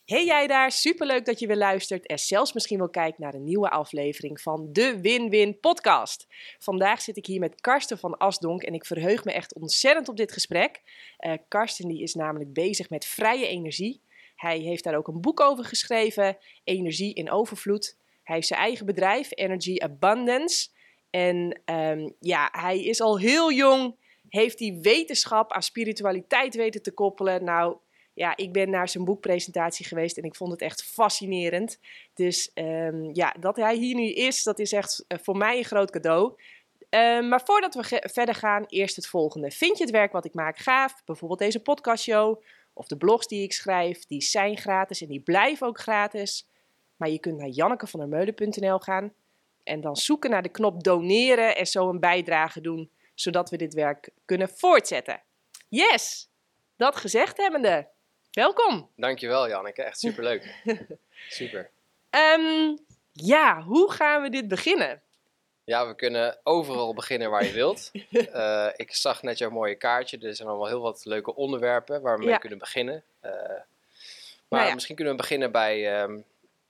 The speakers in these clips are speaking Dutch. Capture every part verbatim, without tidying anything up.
Hey jij daar, superleuk dat je weer luistert en zelfs misschien wel kijkt naar een nieuwe aflevering van de Win-Win podcast. Vandaag zit ik hier met Karsten van Asdonk en ik verheug me echt ontzettend op dit gesprek. Uh, Karsten die is namelijk bezig met vrije energie. Hij heeft daar ook een boek over geschreven, Energie in Overvloed. Hij heeft zijn eigen bedrijf, Energy Abundance. En um, ja, hij is al heel jong, heeft die wetenschap aan spiritualiteit weten te koppelen. Nou... Ja, ik ben naar zijn boekpresentatie geweest en ik vond het echt fascinerend. Dus um, ja, dat hij hier nu is, dat is echt uh, voor mij een groot cadeau. Uh, maar voordat we ge- verder gaan, eerst het volgende. Vind je het werk wat ik maak gaaf? Bijvoorbeeld deze podcastshow of de blogs die ik schrijf, die zijn gratis en die blijven ook gratis. Maar je kunt naar jannekevandermeulen punt n l gaan en dan zoeken naar de knop doneren en zo een bijdrage doen, zodat we dit werk kunnen voortzetten. Yes! Dat gezegd hebbende. Welkom. Dankjewel Janneke, echt superleuk. Super. Um, ja, hoe gaan we dit beginnen? Ja, we kunnen overal beginnen waar je wilt. Uh, ik zag net jouw mooie kaartje, er zijn allemaal heel wat leuke onderwerpen waar we mee ja. kunnen beginnen. Uh, maar nou ja. misschien kunnen we beginnen bij um,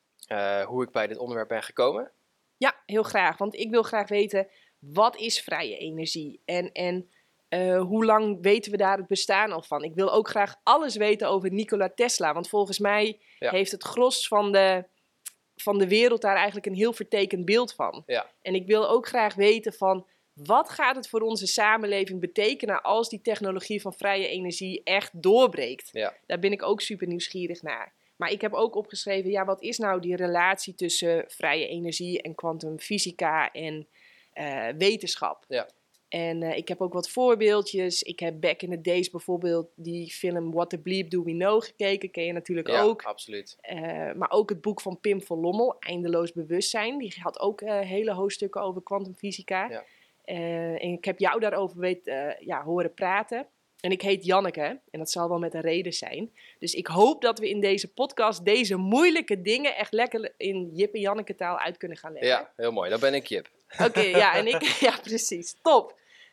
uh, hoe ik bij dit onderwerp ben gekomen. Ja, heel graag, want ik wil graag weten, wat is vrije energie? En... en Uh, hoe lang weten we daar het bestaan al van? Ik wil ook graag alles weten over Nikola Tesla. Want volgens mij ja. heeft het gros van de, van de wereld daar eigenlijk een heel vertekend beeld van. Ja. En ik wil ook graag weten van... wat gaat het voor onze samenleving betekenen als die technologie van vrije energie echt doorbreekt? Ja. Daar ben ik ook super nieuwsgierig naar. Maar ik heb ook opgeschreven, ja, wat is nou die relatie tussen vrije energie en kwantumfysica en uh, wetenschap? Ja. En uh, ik heb ook wat voorbeeldjes. Ik heb back in the days bijvoorbeeld die film What the Bleep Do We Know gekeken. Ken je natuurlijk ja, ook. Absoluut. Uh, maar ook het boek van Pim van Lommel, Eindeloos Bewustzijn. Die had ook uh, hele hoofdstukken over kwantumfysica. Ja. Uh, en ik heb jou daarover weet, uh, ja, horen praten. En ik heet Janneke. En dat zal wel met een reden zijn. Dus ik hoop dat we in deze podcast deze moeilijke dingen echt lekker in Jip en Janneke taal uit kunnen gaan leggen. Ja, heel mooi. Dan ben ik Jip. Oké, okay, ja, en ik, ja, precies. Top.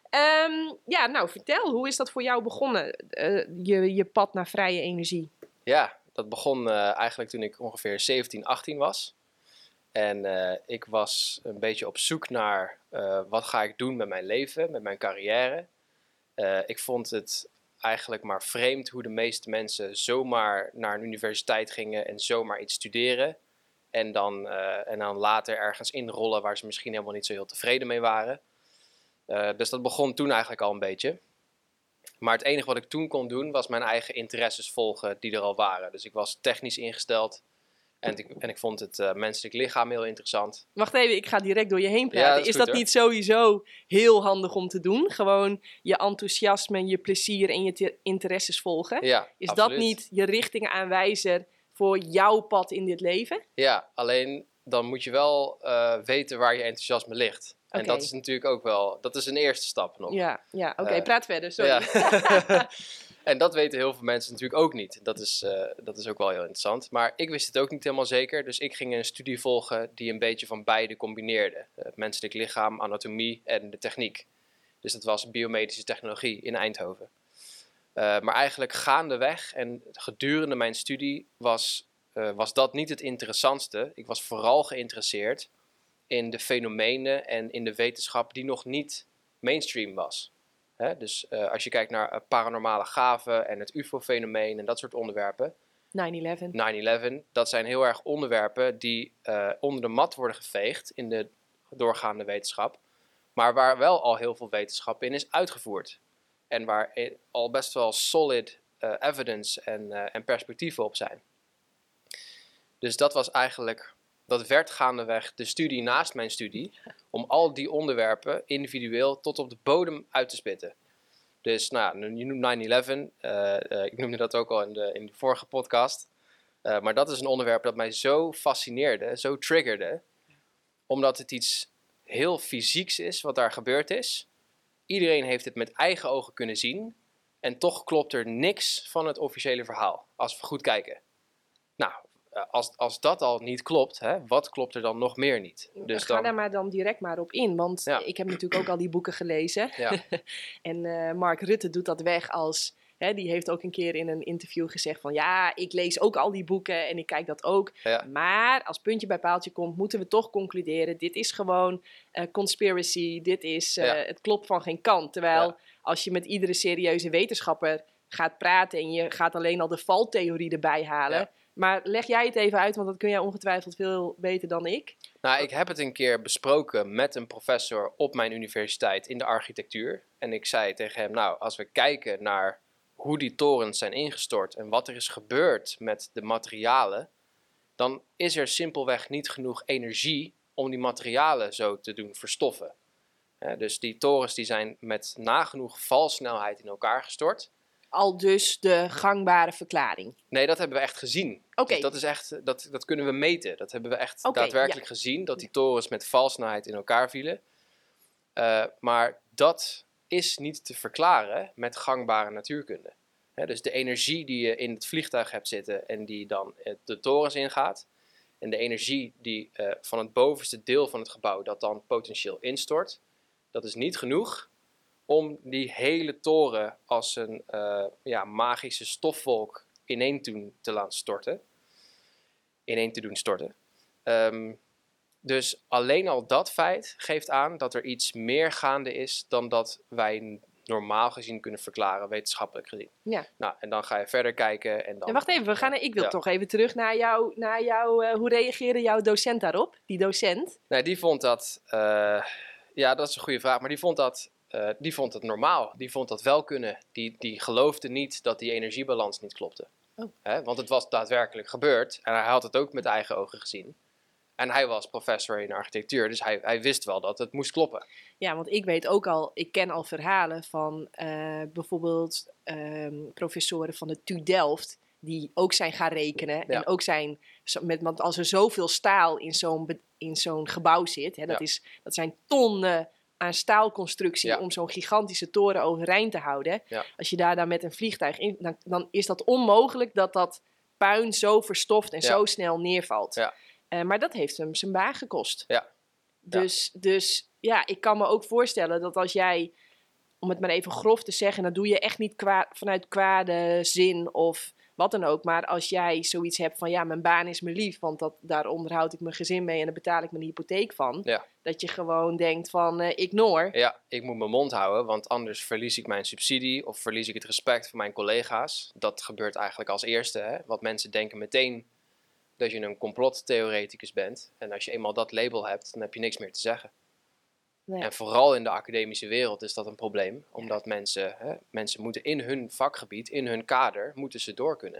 Um, ja, nou, vertel, hoe is dat voor jou begonnen, uh, je, je pad naar vrije energie? Ja, dat begon uh, eigenlijk toen ik ongeveer zeventien, achttien was. En uh, ik was een beetje op zoek naar uh, wat ga ik doen met mijn leven, met mijn carrière. Uh, ik vond het eigenlijk maar vreemd hoe de meeste mensen zomaar naar een universiteit gingen en zomaar iets studeren. En dan, uh, en dan later ergens inrollen waar ze misschien helemaal niet zo heel tevreden mee waren. Uh, dus dat begon toen eigenlijk al een beetje. Maar het enige wat ik toen kon doen was mijn eigen interesses volgen die er al waren. Dus ik was technisch ingesteld en ik, en ik vond het uh, menselijk lichaam heel interessant. Wacht even, ik ga direct door je heen praten. Ja, dat is is goed, dat hoor. niet sowieso heel handig om te doen? Gewoon je enthousiasme, je plezier en je te- interesses volgen? Ja, is absoluut. dat niet je richtingaanwijzer voor jouw pad in dit leven? Ja, alleen dan moet je wel uh, weten waar je enthousiasme ligt. En Okay. dat is natuurlijk ook wel, dat is een eerste stap nog. Ja, ja oké, okay, uh, praat verder, sorry. Ja. En dat weten heel veel mensen natuurlijk ook niet. Dat is, uh, dat is ook wel heel interessant. Maar ik wist het ook niet helemaal zeker. Dus ik ging een studie volgen die een beetje van beide combineerde. Het menselijk lichaam, anatomie en de techniek. Dus dat was biomedische technologie in Eindhoven. Uh, maar eigenlijk gaandeweg en gedurende mijn studie was, uh, was dat niet het interessantste. Ik was vooral geïnteresseerd in de fenomenen en in de wetenschap die nog niet mainstream was. Hè? Dus uh, als je kijkt naar uh, paranormale gaven en het U F O-fenomeen en dat soort onderwerpen. nine eleven. nine eleven, dat zijn heel erg onderwerpen die uh, onder de mat worden geveegd in de doorgaande wetenschap. Maar waar wel al heel veel wetenschap in is uitgevoerd. En waar al best wel solid uh, evidence en, uh, en perspectieven op zijn. Dus dat was eigenlijk, dat werd gaandeweg de studie naast mijn studie, om al die onderwerpen individueel tot op de bodem uit te spitten. Dus nou, je noemt nine eleven, uh, uh, ik noemde dat ook al in de, in de vorige podcast. Uh, maar dat is een onderwerp dat mij zo fascineerde, zo triggerde, omdat het iets heel fysieks is wat daar gebeurd is. Iedereen heeft het met eigen ogen kunnen zien. En toch klopt er niks van het officiële verhaal. Als we goed kijken. Nou, als, als dat al niet klopt, hè, wat klopt er dan nog meer niet? Dus Ga dan... daar maar dan direct maar op in. Want ja. ik heb natuurlijk ook al die boeken gelezen. Ja. En uh, Mark Rutte doet dat weg als hè, die heeft ook een keer in een interview gezegd van... ja, ik lees ook al die boeken en ik kijk dat ook. Ja. Maar als puntje bij paaltje komt, moeten we toch concluderen... dit is gewoon uh, conspiracy, dit is uh, Ja. het klopt van geen kant. Terwijl Ja. als je met iedere serieuze wetenschapper gaat praten... en je gaat alleen al de valtheorie erbij halen... Ja. Maar leg jij het even uit, want dat kun jij ongetwijfeld veel beter dan ik. Nou, ik heb het een keer besproken met een professor op mijn universiteit in de architectuur. En ik zei tegen hem, nou, als we kijken naar hoe die torens zijn ingestort en wat er is gebeurd met de materialen, dan is er simpelweg niet genoeg energie om die materialen zo te doen verstoffen. He, dus die torens die zijn met nagenoeg valsnelheid in elkaar gestort. Al dus de gangbare verklaring. Nee, dat hebben we echt gezien. Oké. Dus dat is echt, dat, dat kunnen we meten. Dat hebben we echt Oké, daadwerkelijk ja. gezien, dat die torens met valsnelheid in elkaar vielen. Uh, maar dat is niet te verklaren met gangbare natuurkunde. He, dus de energie die je in het vliegtuig hebt zitten en die dan de torens ingaat, en de energie die uh, van het bovenste deel van het gebouw dat dan potentieel instort, dat is niet genoeg om die hele toren als een uh, ja, magische stofwolk ineen te, te laten storten. Ineen te doen storten. Um, dus alleen al dat feit geeft aan dat er iets meer gaande is dan dat wij normaal gezien kunnen verklaren, wetenschappelijk gezien. Ja. Nou, en dan ga je verder kijken. En dan, en wacht even, we gaan, ik wil ja. toch even terug naar jou. Naar jou uh, hoe reageerde jouw docent daarop? Die docent? Nee, die vond dat... Uh, ja, dat is een goede vraag. Maar die vond dat... Uh, die vond het normaal. Die vond dat wel kunnen. Die, die geloofde niet dat die energiebalans niet klopte. Oh. Hè? Want het was daadwerkelijk gebeurd. En hij had het ook met eigen ogen gezien. En hij was professor in architectuur. Dus hij, hij wist wel dat het moest kloppen. Ja, want ik weet ook al... Ik ken al verhalen van uh, bijvoorbeeld uh, professoren van de T U Delft... die ook zijn gaan rekenen. Ja. En ook zijn... Met, want als er zoveel staal in zo'n, in zo'n gebouw zit... Hè, dat, Ja. is, dat zijn tonnen... aan staalconstructie ja. om zo'n gigantische toren overeind te houden. Ja. Als je daar dan met een vliegtuig in... Dan, dan is dat onmogelijk dat dat puin zo verstoft en ja. zo snel neervalt. Ja. Uh, maar dat heeft hem zijn baan gekost. Ja. Dus, ja. dus ja, ik kan me ook voorstellen dat als jij... om het maar even grof te zeggen... dat doe je echt niet kwa- vanuit kwade zin of wat dan ook. Maar als jij zoiets hebt van... ja, mijn baan is me lief... want dat, daar onderhoud ik mijn gezin mee... en daar betaal ik mijn hypotheek van... Ja. dat je gewoon denkt van... Uh, ignore. Ja, ik moet mijn mond houden... want anders verlies ik mijn subsidie... of verlies ik het respect van mijn collega's. Dat gebeurt eigenlijk als eerste. Hè? Want mensen denken meteen... dat je een complottheoreticus bent... en als je eenmaal dat label hebt... dan heb je niks meer te zeggen. Nee. En vooral in de academische wereld is dat een probleem. Omdat ja. mensen, hè, mensen moeten in hun vakgebied, in hun kader, moeten ze door kunnen.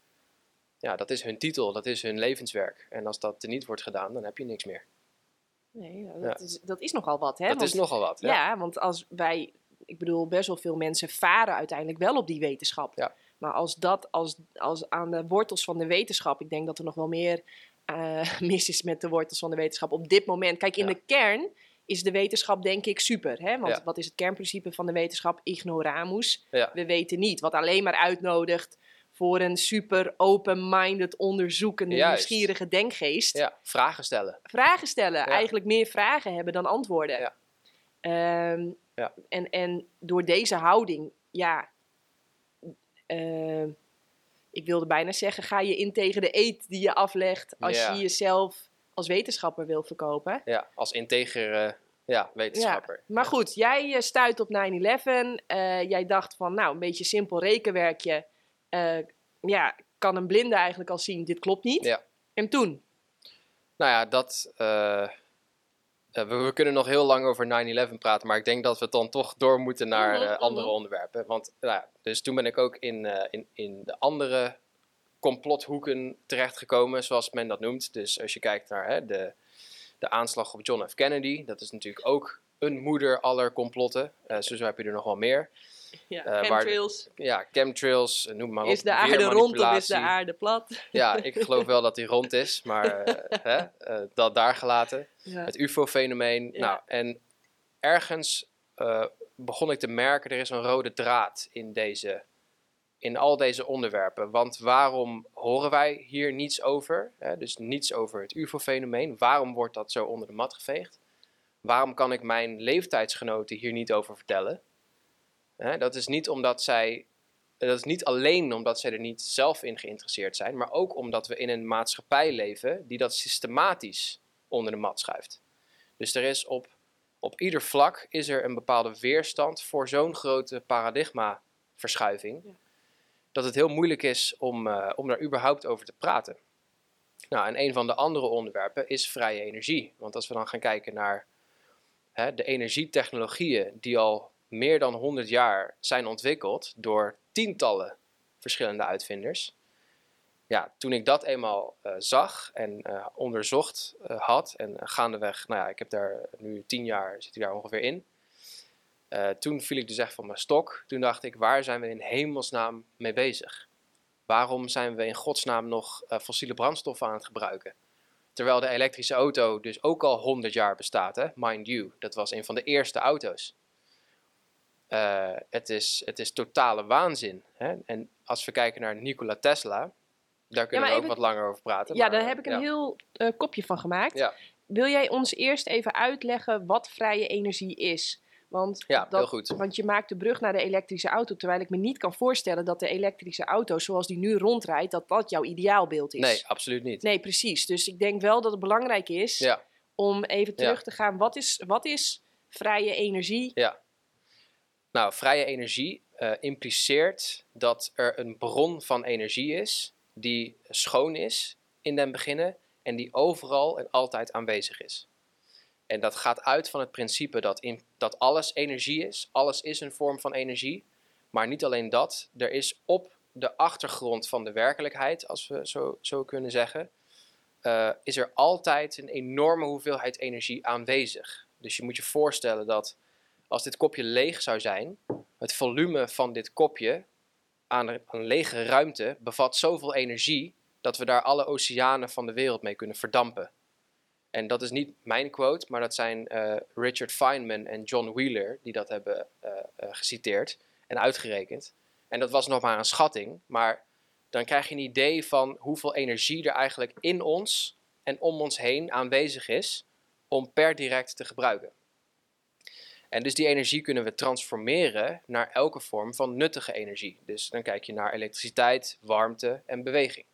Ja, dat is hun titel, dat is hun levenswerk. En als dat niet wordt gedaan, dan heb je niks meer. Nee, dat, ja. is, dat is nogal wat, hè? Dat want, is nogal wat, ja. Ja, want als wij, ik bedoel, best wel veel mensen varen uiteindelijk wel op die wetenschap. Ja. Maar als dat, als, als aan de wortels van de wetenschap, ik denk dat er nog wel meer uh, mis is met de wortels van de wetenschap op dit moment. Kijk, in ja. de kern... is de wetenschap denk ik super. Hè? Want ja. wat is het kernprincipe van de wetenschap? Ignoramus. Ja. We weten niet. Wat alleen maar uitnodigt voor een super open-minded, onderzoekende, Juist. nieuwsgierige denkgeest. Ja, vragen stellen. Vragen stellen. Ja. Eigenlijk meer vragen hebben dan antwoorden. Ja. Um, ja. en, en door deze houding, ja... Uh, ik wilde bijna zeggen, ga je in tegen de eed die je aflegt als ja. je jezelf... als wetenschapper wil verkopen. Ja, als integere uh, ja, wetenschapper. Ja. Maar goed, jij uh, stuit op nine eleven. Uh, jij dacht van, nou, een beetje simpel rekenwerkje. Uh, ja, kan een blinde eigenlijk al zien, dit klopt niet. Ja. En toen? Nou ja, dat... Uh, uh, we, we kunnen nog heel lang over nine eleven praten, maar ik denk dat we dan toch door moeten naar uh, andere onderwerpen. Want, nou, dus toen ben ik ook in, uh, in, in de andere... complothoeken terechtgekomen, zoals men dat noemt. Dus als je kijkt naar hè, de, de aanslag op John F. Kennedy, dat is natuurlijk ook een moeder aller complotten. Uh, zo heb je er nog wel meer. Ja, uh, chemtrails. Waar, ja, chemtrails, noem maar op. Is de aarde rond of is de aarde plat? Ja, ik geloof wel dat die rond is, maar uh, hè, uh, dat daar gelaten. Ja. Het U F O-fenomeen. Ja. Nou, en ergens uh, begon ik te merken, er is een rode draad in deze... in al deze onderwerpen. Want waarom horen wij hier niets over? Hè? Dus niets over het U F O-fenomeen. Waarom wordt dat zo onder de mat geveegd? Waarom kan ik mijn leeftijdsgenoten hier niet over vertellen? Hè? Dat is niet omdat zij dat is niet alleen omdat zij er niet zelf in geïnteresseerd zijn, maar ook omdat we in een maatschappij leven die dat systematisch onder de mat schuift. Dus er is op, op ieder vlak is er een bepaalde weerstand voor zo'n grote paradigmaverschuiving, ja. dat het heel moeilijk is om, uh, om daar überhaupt over te praten. Nou, en een van de andere onderwerpen is vrije energie. Want als we dan gaan kijken naar hè, de energietechnologieën die al meer dan honderd jaar zijn ontwikkeld door tientallen verschillende uitvinders. Ja, toen ik dat eenmaal uh, zag en uh, onderzocht uh, had en uh, gaandeweg, nou ja, ik heb daar nu tien jaar, zit ik daar ongeveer in. Uh, toen viel ik dus echt van mijn stok. Toen dacht ik, waar zijn we in hemelsnaam mee bezig? Waarom zijn we in godsnaam nog uh, fossiele brandstoffen aan het gebruiken? Terwijl de elektrische auto dus ook al honderd jaar bestaat, hè? Mind you. Dat was een van de eerste auto's. Uh, het, is, het is totale waanzin. Hè? En als we kijken naar Nikola Tesla, daar kunnen ja, we ook even, wat langer over praten. Ja, maar, daar heb ik een ja. heel uh, kopje van gemaakt. Ja. Wil jij ons eerst even uitleggen wat vrije energie is? Want, ja, dat, heel goed. Want je maakt de brug naar de elektrische auto, terwijl ik me niet kan voorstellen dat de elektrische auto zoals die nu rondrijdt, dat dat jouw ideaalbeeld is. Nee, absoluut niet. Nee, precies. Dus ik denk wel dat het belangrijk is ja. om even terug ja. te gaan. Wat is, wat is vrije energie? Ja. Nou, vrije energie uh, impliceert dat er een bron van energie is die schoon is in den beginnen en die overal en altijd aanwezig is. En dat gaat uit van het principe dat, in, dat alles energie is. Alles is een vorm van energie. Maar niet alleen dat. Er is op de achtergrond van de werkelijkheid, als we zo, zo kunnen zeggen, uh, is er altijd een enorme hoeveelheid energie aanwezig. Dus je moet je voorstellen dat als dit kopje leeg zou zijn, het volume van dit kopje aan een, aan een lege ruimte bevat zoveel energie dat we daar alle oceanen van de wereld mee kunnen verdampen. En dat is niet mijn quote, maar dat zijn uh, Richard Feynman en John Wheeler die dat hebben uh, uh, geciteerd en uitgerekend. En dat was nog maar een schatting, maar dan krijg je een idee van hoeveel energie er eigenlijk in ons en om ons heen aanwezig is om per direct te gebruiken. En dus die energie kunnen we transformeren naar elke vorm van nuttige energie. Dus dan kijk je naar elektriciteit, warmte en beweging.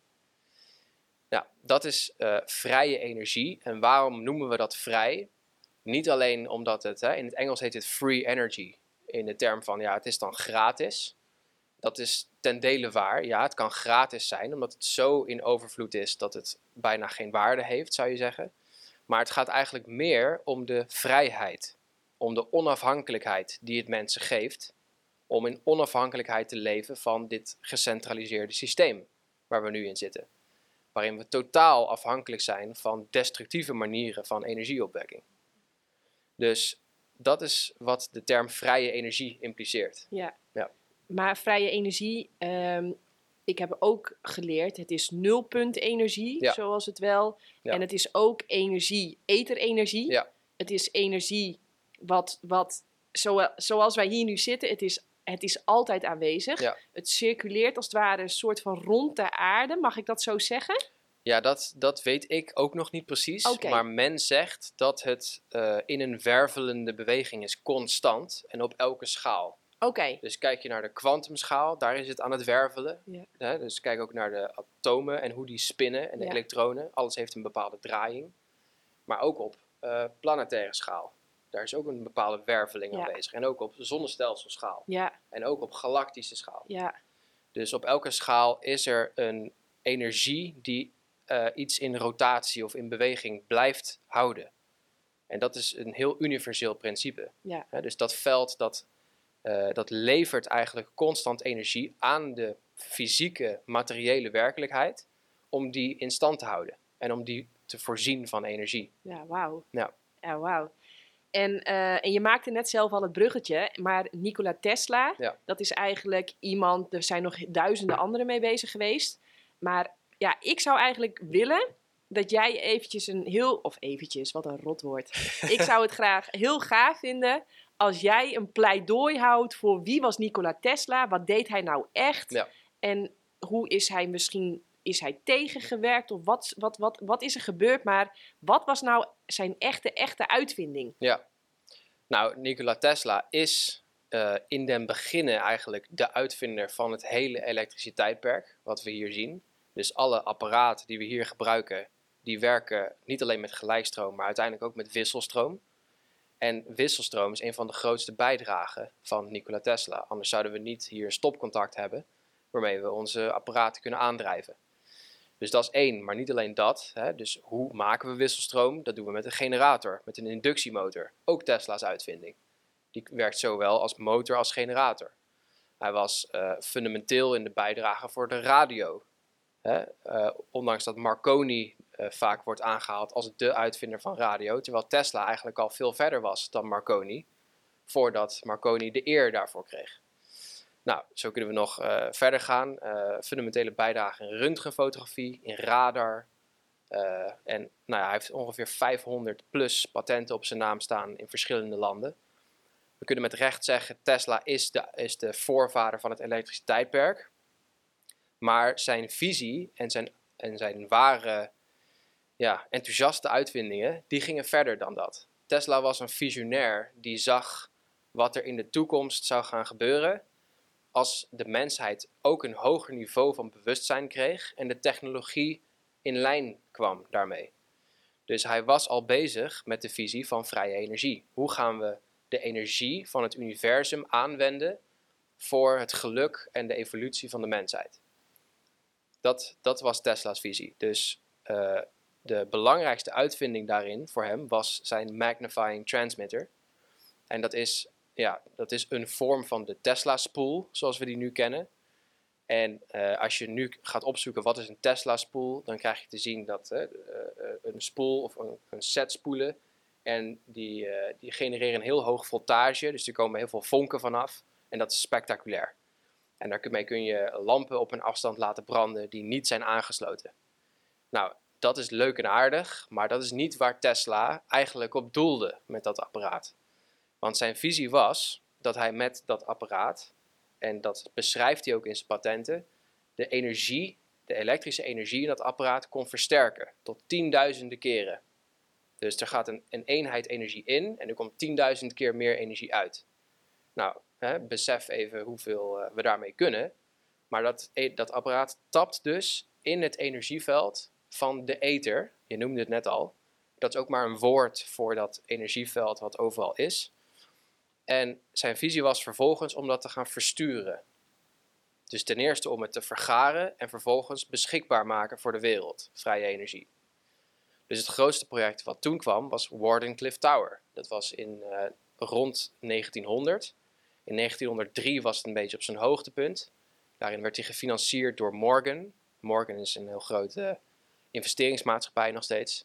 Nou, dat is uh, vrije energie. En waarom noemen we dat vrij? Niet alleen omdat het, hè, in het Engels heet het free energy. In de term van, ja, het is dan gratis. Dat is ten dele waar. Ja, het kan gratis zijn, omdat het zo in overvloed is dat het bijna geen waarde heeft, zou je zeggen. Maar het gaat eigenlijk meer om de vrijheid. Om de onafhankelijkheid die het mensen geeft. Om in onafhankelijkheid te leven van dit gecentraliseerde systeem waar we nu in zitten. Waarin we totaal afhankelijk zijn van destructieve manieren van energieopwekking. Dus dat is wat de term vrije energie impliceert. Ja, ja. Maar vrije energie, um, ik heb ook geleerd, het is nulpunt energie, ja. zoals het wel. Ja. En het is ook energie, etherenergie. Ja. Het is energie wat, wat zo, zoals wij hier nu zitten, het is Het is altijd aanwezig. Ja. Het circuleert als het ware een soort van rond de aarde. Mag ik dat zo zeggen? Ja, dat, dat weet ik ook nog niet precies. Okay. Maar men zegt dat het uh, in een wervelende beweging is, constant en op elke schaal. Oké. Okay. Dus kijk je naar de kwantumschaal, daar is het aan het wervelen. Ja. Hè? Dus kijk ook naar de atomen en hoe die spinnen en de ja. elektronen. Alles heeft een bepaalde draaiing. Maar ook op uh, planetaire schaal. Daar is ook een bepaalde werveling ja. aanwezig. En ook op zonnestelselschaal. Ja. En ook op galactische schaal. Ja. Dus op elke schaal is er een energie die uh, iets in rotatie of in beweging blijft houden. En dat is een heel universeel principe. Ja. He, dus dat veld dat, uh, dat levert eigenlijk constant energie aan de fysieke, materiële werkelijkheid om die in stand te houden. En om die te voorzien van energie. Ja, wauw. Ja, ja wauw. En, uh, en je maakte net zelf al het bruggetje, maar Nikola Tesla, ja. dat is eigenlijk iemand, er zijn nog duizenden anderen mee bezig geweest. Maar ja, ik zou eigenlijk willen dat jij eventjes een heel, of eventjes, wat een rotwoord. Ik zou het graag heel gaaf vinden als jij een pleidooi houdt voor wie was Nikola Tesla, wat deed hij nou echt ja. en hoe is hij misschien... Is hij tegengewerkt of wat, wat, wat, wat is er gebeurd? Maar wat was nou zijn echte, echte uitvinding? Ja, nou, Nikola Tesla is uh, in den beginnen eigenlijk de uitvinder van het hele elektriciteitsperk, wat we hier zien. Dus alle apparaten die we hier gebruiken, die werken niet alleen met gelijkstroom, maar uiteindelijk ook met wisselstroom. En wisselstroom is een van de grootste bijdragen van Nikola Tesla. Anders zouden we niet hier stopcontact hebben, waarmee we onze apparaten kunnen aandrijven. Dus dat is één, maar niet alleen dat. Hè. Dus hoe maken we wisselstroom? Dat doen we met een generator, met een inductiemotor. Ook Tesla's uitvinding. Die werkt zowel als motor als generator. Hij was uh, fundamenteel in de bijdrage voor de radio. Hè. Uh, ondanks dat Marconi uh, vaak wordt aangehaald als de uitvinder van radio, terwijl Tesla eigenlijk al veel verder was dan Marconi, voordat Marconi de eer daarvoor kreeg. Nou, zo kunnen we nog uh, verder gaan. Uh, fundamentele bijdrage in röntgenfotografie, in radar. Uh, en nou ja, hij heeft ongeveer vijfhonderd plus patenten op zijn naam staan in verschillende landen. We kunnen met recht zeggen, Tesla is de, is de voorvader van het elektriciteitsperk. Maar zijn visie en zijn, en zijn ware ja, enthousiaste uitvindingen, die gingen verder dan dat. Tesla was een visionair die zag wat er in de toekomst zou gaan gebeuren als de mensheid ook een hoger niveau van bewustzijn kreeg en de technologie in lijn kwam daarmee. Dus hij was al bezig met de visie van vrije energie. Hoe gaan we de energie van het universum aanwenden voor het geluk en de evolutie van de mensheid? Dat, dat was Tesla's visie. Dus uh, de belangrijkste uitvinding daarin voor hem was zijn magnifying transmitter. En dat is, ja, dat is een vorm van de Tesla-spoel, zoals we die nu kennen. En uh, als je nu gaat opzoeken wat is een Tesla-spoel, dan krijg je te zien dat uh, uh, een spoel of een, een set spoelen, en die, uh, die genereren een heel hoog voltage, dus er komen heel veel vonken vanaf. En dat is spectaculair. En daarmee kun je lampen op een afstand laten branden die niet zijn aangesloten. Nou, dat is leuk en aardig, maar dat is niet waar Tesla eigenlijk op doelde met dat apparaat. Want zijn visie was dat hij met dat apparaat, en dat beschrijft hij ook in zijn patenten, de energie, de elektrische energie in dat apparaat kon versterken tot tienduizenden keren. Dus er gaat een, een eenheid energie in en er komt tienduizend keer meer energie uit. Nou, hè, besef even hoeveel uh, we daarmee kunnen. Maar dat, dat apparaat tapt dus in het energieveld van de ether. Je noemde het net al. Dat is ook maar een woord voor dat energieveld wat overal is. En zijn visie was vervolgens om dat te gaan versturen. Dus ten eerste om het te vergaren en vervolgens beschikbaar maken voor de wereld. Vrije energie. Dus het grootste project wat toen kwam was Wardenclyffe Tower. Dat was in uh, rond negentienhonderd. In negentienhonderddrie was het een beetje op zijn hoogtepunt. Daarin werd hij gefinancierd door Morgan. Morgan is een heel grote investeringsmaatschappij nog steeds.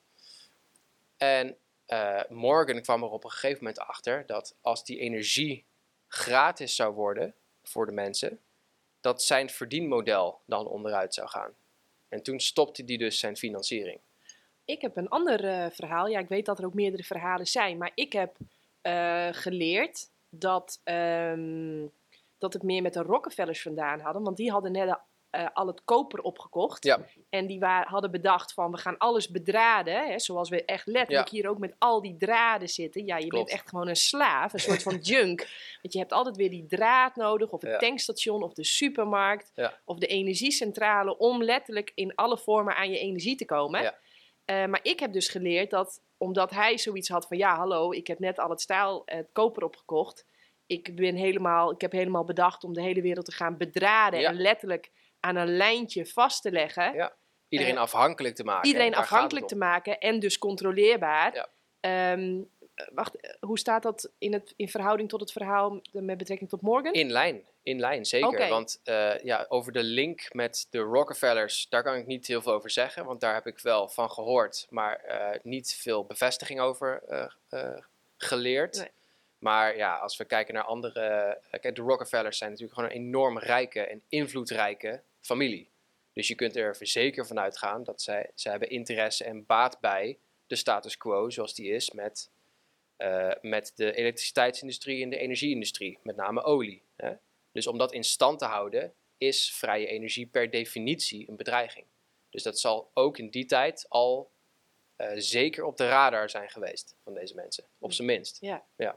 En uh, Morgan kwam er op een gegeven moment achter dat als die energie gratis zou worden voor de mensen, dat zijn verdienmodel dan onderuit zou gaan. En toen stopte hij dus zijn financiering. Ik heb een ander uh, verhaal. Ja, ik weet dat er ook meerdere verhalen zijn. Maar ik heb uh, geleerd dat, um, dat het meer met de Rockefellers vandaan hadden. Want die hadden net uh, al het koper opgekocht. Ja. En die wa- hadden bedacht van we gaan alles bedraden. Hè, zoals we echt letterlijk ja. hier ook met al die draden zitten. Ja, je Klopt. bent echt gewoon een slaaf. Een soort van junk. Want je hebt altijd weer die draad nodig. Of het ja. tankstation of de supermarkt. Ja. Of de energiecentrale. Om letterlijk in alle vormen aan je energie te komen. Ja. Uh, maar ik heb dus geleerd dat, omdat hij zoiets had van, ja, hallo, ik heb net al het staal, het koper opgekocht. Ik, ben helemaal, ik heb helemaal bedacht om de hele wereld te gaan bedraden ja. en letterlijk aan een lijntje vast te leggen. Ja. Iedereen uh, afhankelijk te maken. Iedereen afhankelijk te maken en dus controleerbaar. Ja. Um, wacht, hoe staat dat in, het, in verhouding tot het verhaal met betrekking tot Morgan? In lijn. In lijn, zeker. Okay. Want uh, ja, over de link met de Rockefellers, daar kan ik niet heel veel over zeggen. Want daar heb ik wel van gehoord, maar uh, niet veel bevestiging over uh, uh, geleerd. Nee. Maar ja, als we kijken naar andere... Uh, kijk, de Rockefellers zijn natuurlijk gewoon een enorm rijke en invloedrijke familie. Dus je kunt er zeker van uitgaan dat zij, zij hebben interesse en baat bij de status quo zoals die is met, uh, met de elektriciteitsindustrie en de energieindustrie. Met name olie. Hè? Dus om dat in stand te houden, is vrije energie per definitie een bedreiging. Dus dat zal ook in die tijd al uh, zeker op de radar zijn geweest van deze mensen. Op zijn minst. Ja. Ja.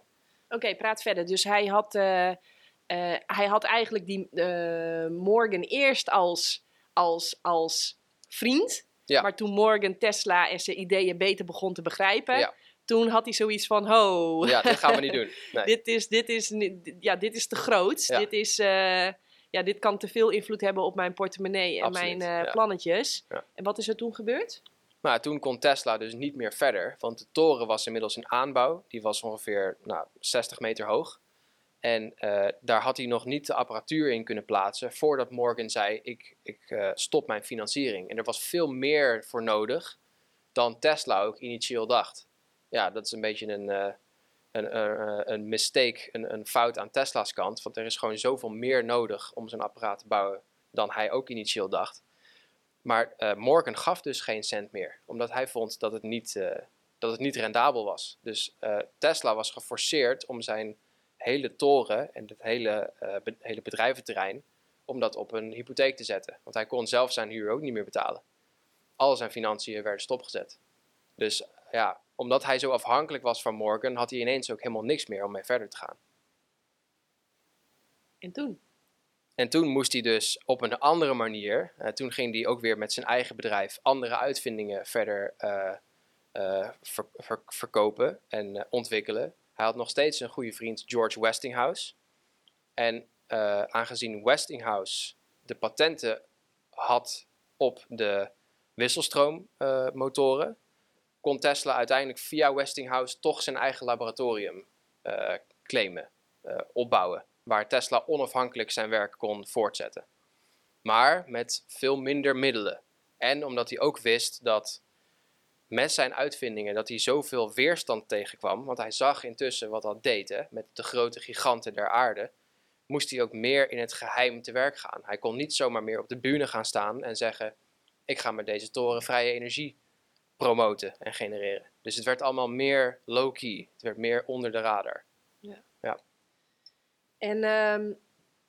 okay, praat verder. Dus hij had, uh, uh, hij had eigenlijk die uh, Morgan eerst als, als, als vriend. Ja. Maar toen Morgan Tesla en zijn ideeën beter begon te begrijpen... Ja. Toen had hij zoiets van, ho... Ja, dit gaan we niet doen. Nee. dit, is, dit, is, ja, dit is te groot. Ja. Dit, is, uh, ja, dit kan te veel invloed hebben op mijn portemonnee en Absoluut, mijn uh, ja. plannetjes. Ja. En wat is er toen gebeurd? Nou, toen kon Tesla dus niet meer verder. Want de toren was inmiddels in aanbouw. Die was ongeveer nou, zestig meter hoog. En uh, daar had hij nog niet de apparatuur in kunnen plaatsen... voordat Morgan zei, ik, ik uh, stop mijn financiering. En er was veel meer voor nodig dan Tesla ook initieel dacht. Ja, dat is een beetje een, uh, een, uh, een mistake, een, een fout aan Tesla's kant. Want er is gewoon zoveel meer nodig om zo'n apparaat te bouwen dan hij ook initieel dacht. Maar uh, Morgan gaf dus geen cent meer, omdat hij vond dat het niet, uh, dat het niet rendabel was. Dus uh, Tesla was geforceerd om zijn hele toren en het hele, uh, be- hele bedrijventerrein, om dat op een hypotheek te zetten. Want hij kon zelf zijn huur ook niet meer betalen. Al zijn financiën werden stopgezet. Dus ja, omdat hij zo afhankelijk was van Morgan, had hij ineens ook helemaal niks meer om mee verder te gaan. En toen? En toen moest hij dus op een andere manier, uh, toen ging hij ook weer met zijn eigen bedrijf andere uitvindingen verder uh, uh, ver, ver, verkopen en uh, ontwikkelen. Hij had nog steeds een goede vriend, George Westinghouse. En uh, aangezien Westinghouse de patenten had op de wisselstroommotoren, uh, kon Tesla uiteindelijk via Westinghouse toch zijn eigen laboratorium uh, claimen, uh, opbouwen. Waar Tesla onafhankelijk zijn werk kon voortzetten. Maar met veel minder middelen. En omdat hij ook wist dat met zijn uitvindingen dat hij zoveel weerstand tegenkwam. Want hij zag intussen wat dat deed, hè, met de grote giganten der aarde. Moest hij ook meer in het geheim te werk gaan. Hij kon niet zomaar meer op de bühne gaan staan en zeggen, ik ga met deze toren vrije energie promoten en genereren. Dus het werd allemaal meer low-key. Het werd meer onder de radar. Ja. Ja. En um,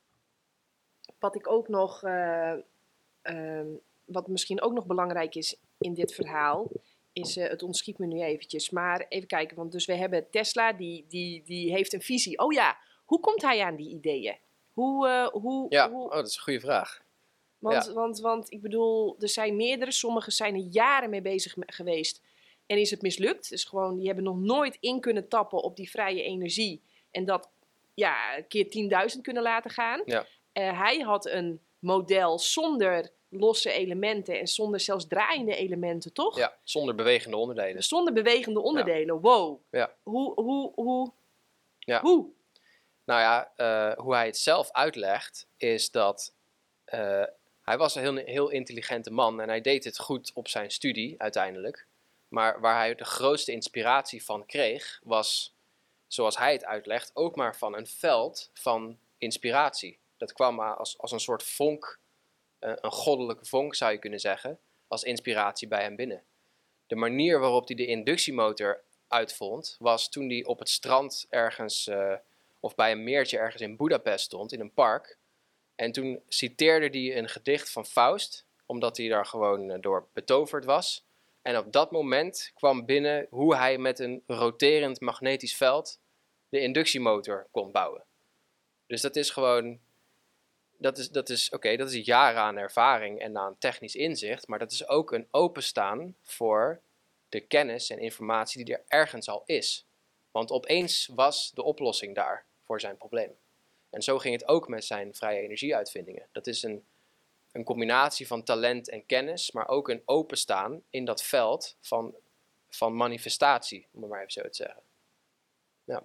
wat ik ook nog, uh, um, wat misschien ook nog belangrijk is in dit verhaal, is, uh, het ontschiet me nu eventjes, maar even kijken, want dus we hebben Tesla, die, die, die heeft een visie. Oh ja, hoe komt hij aan die ideeën? Hoe, uh, hoe, ja, hoe... Oh, dat is een goede vraag. Want, ja. want, want ik bedoel, er zijn meerdere, sommigen zijn er jaren mee bezig geweest en is het mislukt. Dus gewoon, die hebben nog nooit in kunnen tappen op die vrije energie en dat ja, keer tienduizend kunnen laten gaan. Ja. Uh, hij had een model zonder losse elementen en zonder zelfs draaiende elementen, toch? Ja, zonder bewegende onderdelen. Zonder bewegende onderdelen, ja. Wow. Ja. Hoe, hoe, hoe, ja. hoe? Nou ja, uh, hoe hij het zelf uitlegt, is dat uh, hij was een heel, heel intelligente man en hij deed het goed op zijn studie uiteindelijk. Maar waar hij de grootste inspiratie van kreeg, was, zoals hij het uitlegt, ook maar van een veld van inspiratie. Dat kwam als, als een soort vonk, uh, een goddelijke vonk zou je kunnen zeggen, als inspiratie bij hem binnen. De manier waarop hij de inductiemotor uitvond, was toen hij op het strand ergens, uh, of bij een meertje ergens in Budapest stond, in een park. En toen citeerde hij een gedicht van Faust, omdat hij daar gewoon uh, door betoverd was. En op dat moment kwam binnen hoe hij met een roterend magnetisch veld de inductiemotor kon bouwen. Dus dat is gewoon, dat is, dat is, oké, okay, dat is jaren aan ervaring en aan technisch inzicht, maar dat is ook een openstaan voor de kennis en informatie die er ergens al is. Want opeens was de oplossing daar voor zijn probleem. En zo ging het ook met zijn vrije energieuitvindingen. Dat is een, een combinatie van talent en kennis, maar ook een openstaan in dat veld van, van manifestatie, om het maar even zo te zeggen. Ja.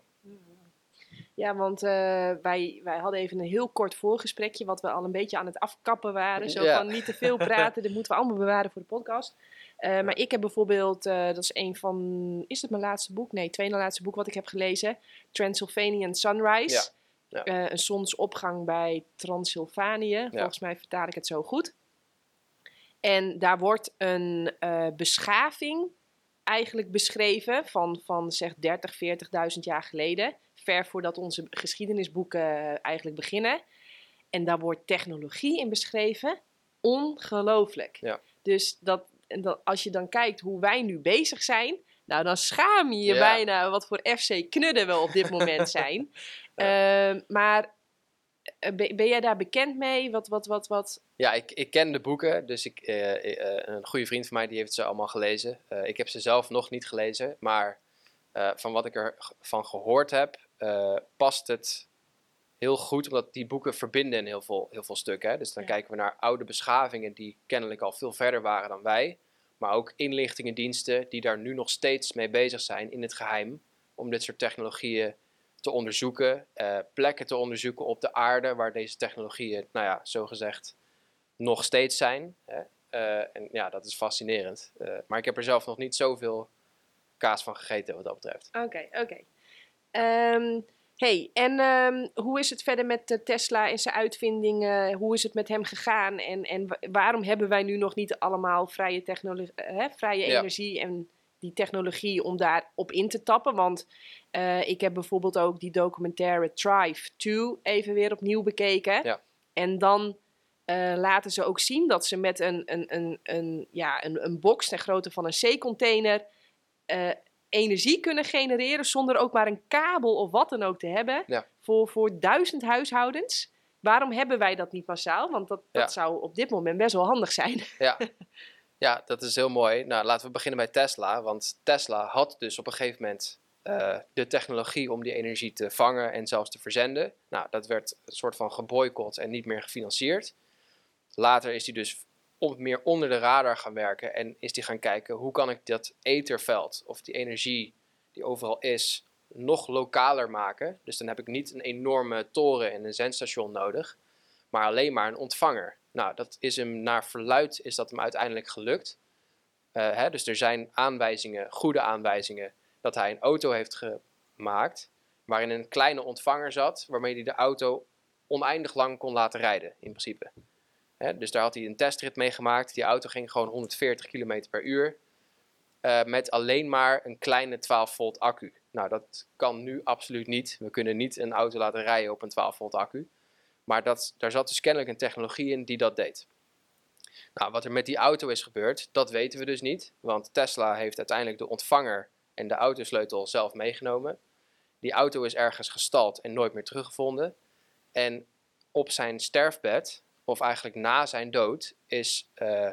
Ja, want uh, wij, wij hadden even een heel kort voorgesprekje, wat we al een beetje aan het afkappen waren. Zo ja. van niet te veel praten, dat moeten we allemaal bewaren voor de podcast. Uh, maar ik heb bijvoorbeeld, uh, dat is een van, is het mijn laatste boek? Nee, tweede laatste boek wat ik heb gelezen. Transylvanian Sunrise. Ja. Ja. Uh, een zonsopgang bij Transylvanië. Ja. Volgens mij vertaal ik het zo goed. En daar wordt een uh, beschaving eigenlijk beschreven van, van zeg dertig, veertigduizend jaar geleden. Ver voordat onze geschiedenisboeken eigenlijk beginnen. En daar wordt technologie in beschreven. Ongelooflijk. Ja. Dus dat, dat, als je dan kijkt hoe wij nu bezig zijn, Nou, dan schaam je je Ja. bijna wat voor F C knudden we op dit moment zijn. Ja. Uh, maar uh, ben, ben jij daar bekend mee? Wat, wat, wat, wat? Ja, ik, ik ken de boeken. Dus ik, uh, uh, een goede vriend van mij die heeft ze allemaal gelezen. Uh, ik heb ze zelf nog niet gelezen. Maar uh, van wat ik ervan gehoord heb, uh, past het heel goed. Omdat die boeken verbinden in heel veel, heel veel stukken. Hè? Dus dan ja. kijken we naar oude beschavingen die kennelijk al veel verder waren dan wij. Maar ook inlichtingendiensten die daar nu nog steeds mee bezig zijn in het geheim. Om dit soort technologieën te onderzoeken. Uh, plekken te onderzoeken op de aarde waar deze technologieën, nou ja, zogezegd nog steeds zijn. Hè? Uh, en ja, dat is fascinerend. Uh, maar ik heb er zelf nog niet zoveel kaas van gegeten wat dat betreft. Oké, okay, oké. Okay. Um, hey, en um, hoe is het verder met uh, Tesla en zijn uitvindingen? Hoe is het met hem gegaan? En, en waarom hebben wij nu nog niet allemaal vrije, technolo- uh, vrije ja. energie en die technologie om daarop in te tappen? Want uh, ik heb bijvoorbeeld ook die documentaire Thrive twee even weer opnieuw bekeken. Ja. En dan uh, laten ze ook zien dat ze met een, een, een, een, ja, een, een box ter grootte van een zeecontainer uh, energie kunnen genereren zonder ook maar een kabel of wat dan ook te hebben. Ja. Voor, voor duizend huishoudens. Waarom hebben wij dat niet massaal? Want dat, dat ja. zou op dit moment best wel handig zijn. Ja. Ja, dat is heel mooi. Nou, laten we beginnen bij Tesla. Want Tesla had dus op een gegeven moment uh, de technologie om die energie te vangen en zelfs te verzenden. Nou, dat werd een soort van geboycott en niet meer gefinancierd. Later is hij dus om, meer onder de radar gaan werken en is hij gaan kijken hoe kan ik dat etherveld of die energie die overal is nog lokaler maken. Dus dan heb ik niet een enorme toren en een zendstation nodig, maar alleen maar een ontvanger. Nou, dat is hem naar verluidt is dat hem uiteindelijk gelukt. Uh, hè, dus er zijn aanwijzingen, goede aanwijzingen, dat hij een auto heeft gemaakt waarin een kleine ontvanger zat, waarmee hij de auto oneindig lang kon laten rijden, in principe. Hè, dus daar had hij een testrit mee gemaakt. Die auto ging gewoon honderdveertig kilometer per uur uh, met alleen maar een kleine twaalf volt accu. Nou, dat kan nu absoluut niet. We kunnen niet een auto laten rijden op een twaalf volt accu. Maar dat, daar zat dus kennelijk een technologie in die dat deed. Nou, wat er met die auto is gebeurd, dat weten we dus niet. Want Tesla heeft uiteindelijk de ontvanger en de autosleutel zelf meegenomen. Die auto is ergens gestald en nooit meer teruggevonden. En op zijn sterfbed, of eigenlijk na zijn dood, is uh,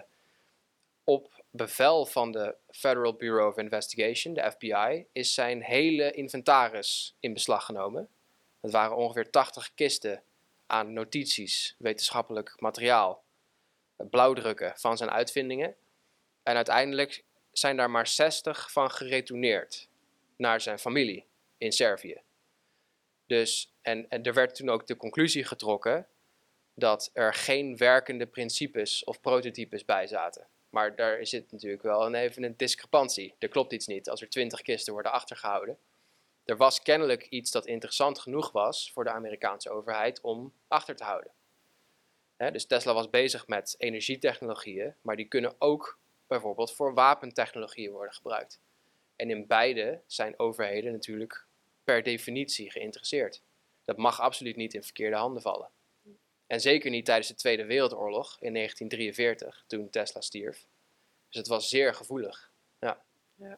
op bevel van de Federal Bureau of Investigation, de F B I, is zijn hele inventaris in beslag genomen. Dat waren ongeveer tachtig kisten aan notities, wetenschappelijk materiaal, blauwdrukken van zijn uitvindingen. En uiteindelijk zijn daar maar zestig van geretourneerd naar zijn familie in Servië. Dus, en, en er werd toen ook de conclusie getrokken dat er geen werkende principes of prototypes bij zaten. Maar daar zit natuurlijk wel een, even een discrepantie. Er klopt iets niet als er twintig kisten worden achtergehouden. Er was kennelijk iets dat interessant genoeg was voor de Amerikaanse overheid om achter te houden. He, dus Tesla was bezig met energietechnologieën, maar die kunnen ook bijvoorbeeld voor wapentechnologieën worden gebruikt. En in beide zijn overheden natuurlijk per definitie geïnteresseerd. Dat mag absoluut niet in verkeerde handen vallen. En zeker niet tijdens de Tweede Wereldoorlog in negentien drieënveertig, toen Tesla stierf. Dus het was zeer gevoelig. Ja. Ja.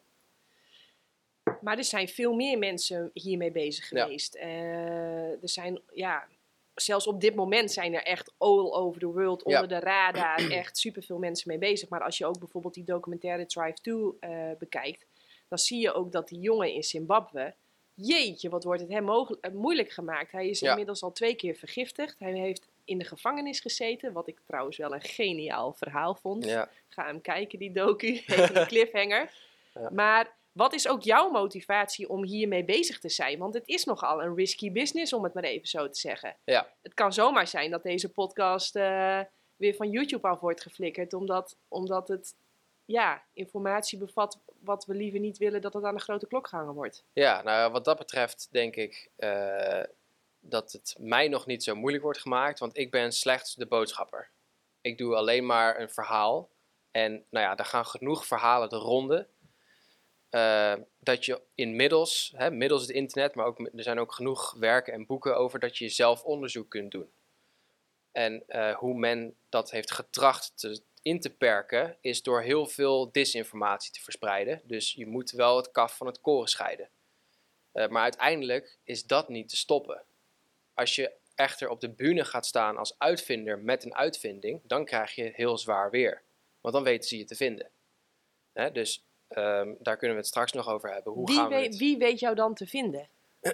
Maar er zijn veel meer mensen hiermee bezig geweest. Ja. Uh, er zijn, ja, zelfs op dit moment zijn er echt all over the world, onder ja. de radar, echt superveel mensen mee bezig. Maar als je ook bijvoorbeeld die documentaire Thrive twee uh, bekijkt, dan zie je ook dat die jongen in Zimbabwe, jeetje, wat wordt het hem mogelijk, uh, moeilijk gemaakt. Hij is ja. inmiddels al twee keer vergiftigd. Hij heeft in de gevangenis gezeten, wat ik trouwens wel een geniaal verhaal vond. Ja. Ga hem kijken, die docu, even een cliffhanger. Ja. Maar wat is ook jouw motivatie om hiermee bezig te zijn? Want het is nogal een risky business, om het maar even zo te zeggen. Ja. Het kan zomaar zijn dat deze podcast uh, weer van YouTube af wordt geflikkerd, omdat, omdat het ja, informatie bevat wat we liever niet willen dat het aan de grote klok gehangen wordt. Ja, nou wat dat betreft denk ik uh, dat het mij nog niet zo moeilijk wordt gemaakt, want ik ben slechts de boodschapper. Ik doe alleen maar een verhaal en nou ja, er gaan genoeg verhalen de ronde. Uh, dat je inmiddels, hè, middels het internet, maar ook, er zijn ook genoeg werken en boeken over dat je zelf onderzoek kunt doen. En uh, hoe men dat heeft getracht te in te perken is door heel veel disinformatie te verspreiden. Dus je moet wel het kaf van het koren scheiden. Uh, maar uiteindelijk is dat niet te stoppen. Als je echter op de bühne gaat staan als uitvinder met een uitvinding, dan krijg je heel zwaar weer. Want dan weten ze je te vinden. Hè? Dus um, daar kunnen we het straks nog over hebben. Hoe wie, gaan we weet, het... wie weet jou dan te vinden?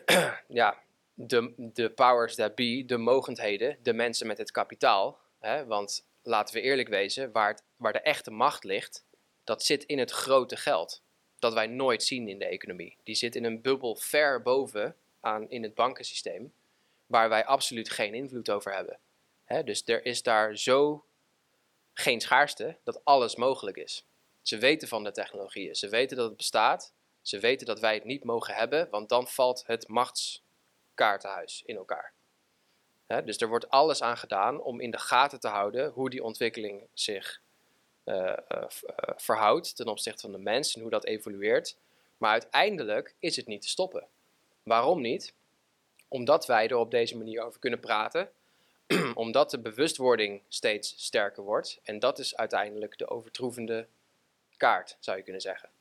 Ja, de, de powers that be, de mogendheden, de mensen met het kapitaal. Hè? Want laten we eerlijk wezen, waar, het, waar de echte macht ligt, dat zit in het grote geld. Dat wij nooit zien in de economie. Die zit in een bubbel ver boven aan in het bankensysteem, waar wij absoluut geen invloed over hebben. Hè? Dus er is daar zo geen schaarste dat alles mogelijk is. Ze weten van de technologieën, ze weten dat het bestaat, ze weten dat wij het niet mogen hebben, want dan valt het machtskaartenhuis in elkaar. Hè? Dus er wordt alles aan gedaan om in de gaten te houden hoe die ontwikkeling zich uh, uh, uh, verhoudt ten opzichte van de mens en hoe dat evolueert. Maar uiteindelijk is het niet te stoppen. Waarom niet? Omdat wij er op deze manier over kunnen praten, omdat de bewustwording steeds sterker wordt. En dat is uiteindelijk de overtroevende kaart, zou je kunnen zeggen.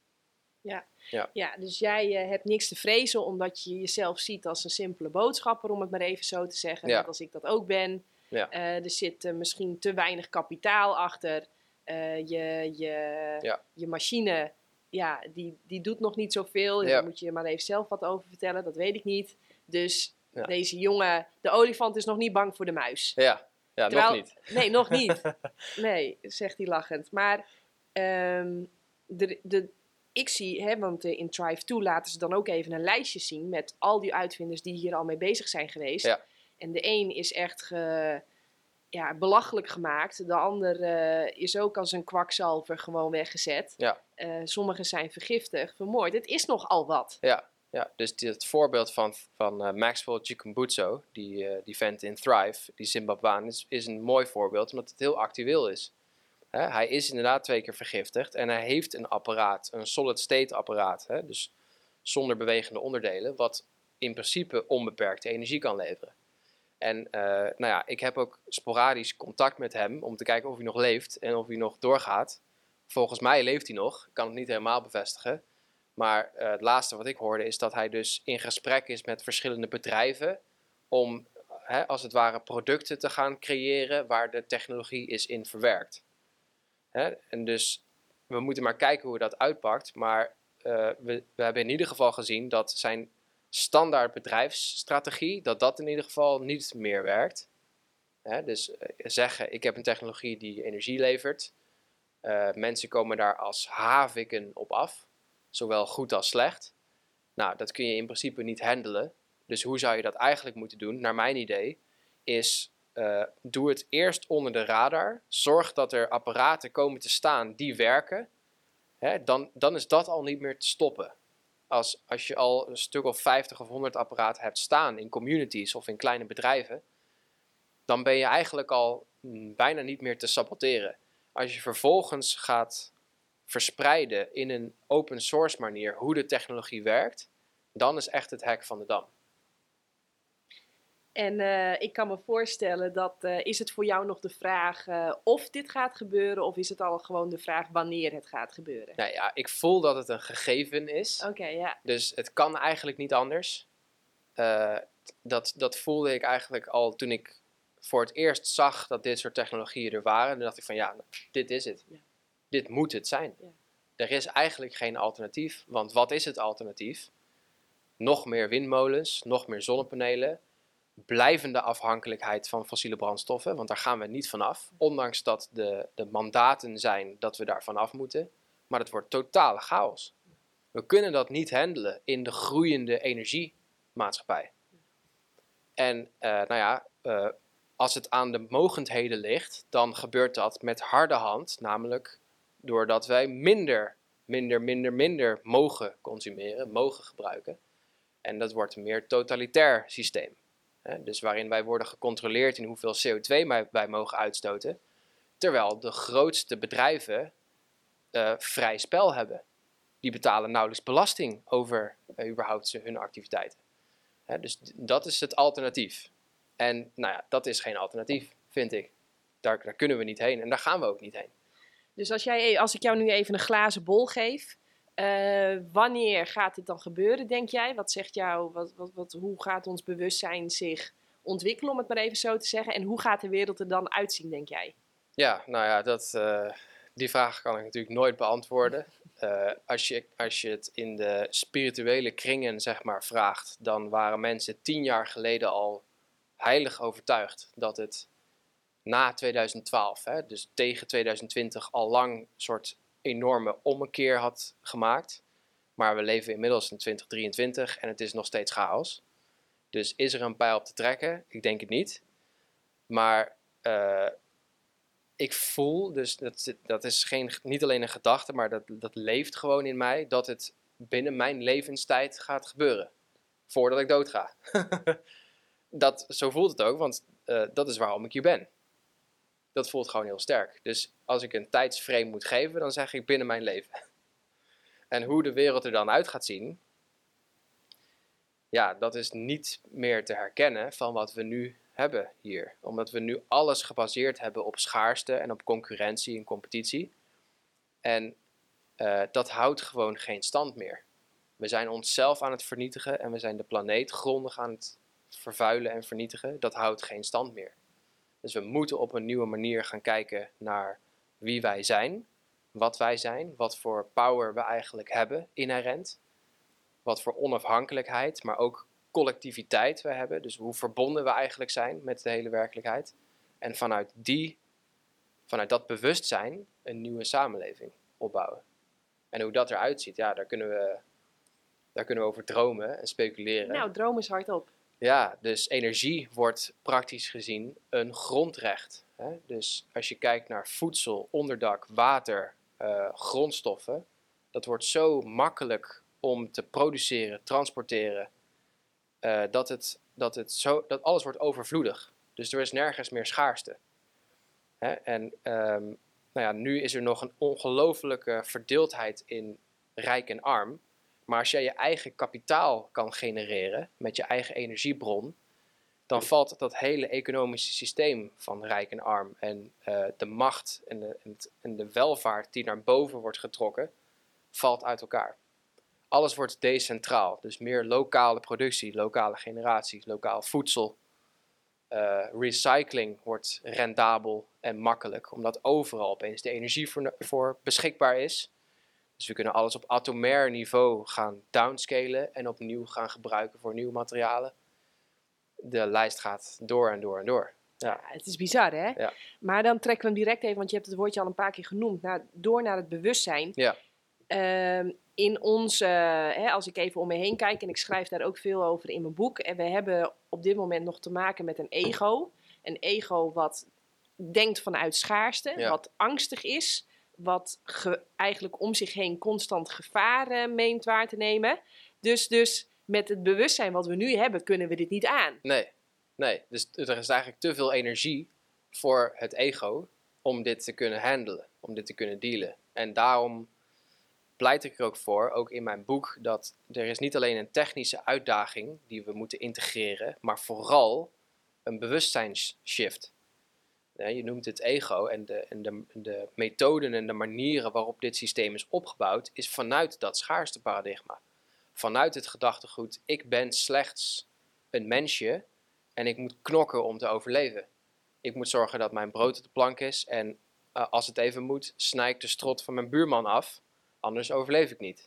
Ja, ja. ja dus jij uh, hebt niks te vrezen omdat je jezelf ziet als een simpele boodschapper, om het maar even zo te zeggen. Ja. Net als ik dat ook ben. Ja. Uh, er zit uh, misschien te weinig kapitaal achter. Uh, je, je, ja. je machine, ja, die, die doet nog niet zoveel. Ja. Daar moet je maar even zelf wat over vertellen, dat weet ik niet. Dus ja. deze jongen, de olifant is nog niet bang voor de muis. Ja, ja Terwijl, nog niet. Nee, nog niet. Nee, zegt hij lachend. Maar um, de, de, ik zie, hè, want uh, in Thrive twee laten ze dan ook even een lijstje zien met al die uitvinders die hier al mee bezig zijn geweest. Ja. En de een is echt ge, ja, belachelijk gemaakt. De ander uh, is ook als een kwakzalver gewoon weggezet. Ja. Uh, sommigen zijn vergiftigd, vermoord. Het is nogal wat. Ja. Ja, dus het voorbeeld van, van uh, Maxwell Chikumbutso, die, uh, die vent in Thrive, die Zimbabweaan, is, is een mooi voorbeeld, omdat het heel actueel is. Hè? Hij is inderdaad twee keer vergiftigd en hij heeft een apparaat, een solid-state apparaat, hè? Dus zonder bewegende onderdelen, wat in principe onbeperkte energie kan leveren. En uh, nou ja, ik heb ook sporadisch contact met hem om te kijken of hij nog leeft en of hij nog doorgaat. Volgens mij leeft hij nog, ik kan het niet helemaal bevestigen. Maar uh, het laatste wat ik hoorde is dat hij dus in gesprek is met verschillende bedrijven om, hè, als het ware, producten te gaan creëren waar de technologie is in verwerkt. Hè? En dus we moeten maar kijken hoe dat uitpakt. Maar uh, we, we hebben in ieder geval gezien dat zijn standaard bedrijfsstrategie, dat dat in ieder geval niet meer werkt. Hè? Dus uh, zeggen, ik heb een technologie die energie levert. Uh, mensen komen daar als haviken op af. Zowel goed als slecht. Nou, dat kun je in principe niet handelen. Dus hoe zou je dat eigenlijk moeten doen? Naar mijn idee is, uh, doe het eerst onder de radar. Zorg dat er apparaten komen te staan die werken. Hè, dan, dan is dat al niet meer te stoppen. Als, als je al een stuk of vijftig of honderd apparaten hebt staan in communities of in kleine bedrijven, dan ben je eigenlijk al mm, bijna niet meer te saboteren. Als je vervolgens gaat verspreiden in een open source manier hoe de technologie werkt, dan is echt het hek van de dam. En uh, ik kan me voorstellen dat, uh, is het voor jou nog de vraag uh, of dit gaat gebeuren, of is het al gewoon de vraag wanneer het gaat gebeuren? Nou ja, ik voel dat het een gegeven is. Oké, okay, ja. Dus het kan eigenlijk niet anders. Uh, dat, dat voelde ik eigenlijk al toen ik voor het eerst zag dat dit soort technologieën er waren. Dan dacht ik van ja, dit is het. Ja. Dit moet het zijn. Ja. Er is eigenlijk geen alternatief. Want wat is het alternatief? Nog meer windmolens, nog meer zonnepanelen. Blijvende afhankelijkheid van fossiele brandstoffen. Want daar gaan we niet vanaf. Ondanks dat de, de mandaten zijn dat we daar vanaf moeten. Maar het wordt totale chaos. We kunnen dat niet handelen in de groeiende energiemaatschappij. En uh, nou ja, uh, als het aan de mogendheden ligt, dan gebeurt dat met harde hand. Namelijk doordat wij minder, minder, minder, minder mogen consumeren, mogen gebruiken. En dat wordt een meer totalitair systeem. Hè? Dus waarin wij worden gecontroleerd in hoeveel C O twee wij, wij mogen uitstoten. Terwijl de grootste bedrijven uh, vrij spel hebben. Die betalen nauwelijks belasting over uh, überhaupt hun activiteiten. Hè? Dus d- dat is het alternatief. En nou ja, dat is geen alternatief, vind ik. daar, daar kunnen we niet heen en daar gaan we ook niet heen. Dus als, jij, als ik jou nu even een glazen bol geef, uh, wanneer gaat dit dan gebeuren, denk jij? Wat zegt jou, wat, wat, wat, hoe gaat ons bewustzijn zich ontwikkelen, om het maar even zo te zeggen? En hoe gaat de wereld er dan uitzien, denk jij? Ja, nou ja, dat, uh, die vraag kan ik natuurlijk nooit beantwoorden. Uh, als, je, als je het in de spirituele kringen, zeg maar, vraagt, dan waren mensen tien jaar geleden al heilig overtuigd dat het na tweeduizend twaalf, hè, dus tegen tweeduizend twintig, al lang een soort enorme ommekeer had gemaakt. Maar we leven inmiddels in twintig drieëntwintig en het is nog steeds chaos. Dus is er een pijl op te trekken? Ik denk het niet. Maar uh, ik voel, dus dat, dat is geen, niet alleen een gedachte, maar dat, dat leeft gewoon in mij, dat het binnen mijn levenstijd gaat gebeuren. Voordat ik doodga. dat, zo voelt het ook, want uh, dat is waarom ik hier ben. Dat voelt gewoon heel sterk. Dus als ik een tijdsframe moet geven, dan zeg ik binnen mijn leven. En hoe de wereld er dan uit gaat zien, ja, dat is niet meer te herkennen van wat we nu hebben hier. Omdat we nu alles gebaseerd hebben op schaarste en op concurrentie en competitie. En uh, dat houdt gewoon geen stand meer. We zijn onszelf aan het vernietigen en we zijn de planeet grondig aan het vervuilen en vernietigen. Dat houdt geen stand meer. Dus we moeten op een nieuwe manier gaan kijken naar wie wij zijn, wat wij zijn, wat voor power we eigenlijk hebben inherent, wat voor onafhankelijkheid, maar ook collectiviteit we hebben, dus hoe verbonden we eigenlijk zijn met de hele werkelijkheid. En vanuit, die, vanuit dat bewustzijn een nieuwe samenleving opbouwen. En hoe dat eruit ziet, ja, daar kunnen we, daar kunnen we over dromen en speculeren. Nou, dromen is hardop. Ja, dus energie wordt praktisch gezien een grondrecht. Hè? Dus als je kijkt naar voedsel, onderdak, water, uh, grondstoffen, dat wordt zo makkelijk om te produceren, transporteren, uh, dat, het, dat, het zo, dat alles wordt overvloedig. Dus er is nergens meer schaarste. Hè? En um, nou ja, nu is er nog een ongelofelijke verdeeldheid in rijk en arm. Maar als jij je eigen kapitaal kan genereren met je eigen energiebron, dan valt dat hele economische systeem van rijk en arm en uh, de macht en de, en, het, en de welvaart die naar boven wordt getrokken, valt uit elkaar. Alles wordt decentraal, dus meer lokale productie, lokale generatie, lokaal voedsel. Uh, recycling wordt rendabel en makkelijk, omdat overal opeens de energie voor, voor beschikbaar is. Dus we kunnen alles op atomair niveau gaan downscalen en opnieuw gaan gebruiken voor nieuwe materialen. De lijst gaat door en door en door. Ja, ja, het is bizar, hè? Ja. Maar dan trekken we hem direct even, want je hebt het woordje al een paar keer genoemd, naar, door naar het bewustzijn. Ja. Uh, in onze, hè, als ik even om me heen kijk, en ik schrijf daar ook veel over in mijn boek, en we hebben op dit moment nog te maken met een ego. Een ego wat denkt vanuit schaarste, ja. Wat angstig is, wat ge, eigenlijk om zich heen constant gevaar uh, meent waar te nemen. Dus, dus met het bewustzijn wat we nu hebben, kunnen we dit niet aan. Nee, nee. Dus er is eigenlijk te veel energie voor het ego om dit te kunnen handelen, om dit te kunnen dealen. En daarom pleit ik er ook voor, ook in mijn boek, dat er is niet alleen een technische uitdaging die we moeten integreren, maar vooral een bewustzijnsshift. Ja, je noemt het ego en, de, en de, de methoden en de manieren waarop dit systeem is opgebouwd, is vanuit dat schaarste paradigma. Vanuit het gedachtegoed, ik ben slechts een mensje en ik moet knokken om te overleven. Ik moet zorgen dat mijn brood op de plank is en uh, als het even moet, snij ik de strot van mijn buurman af, anders overleef ik niet.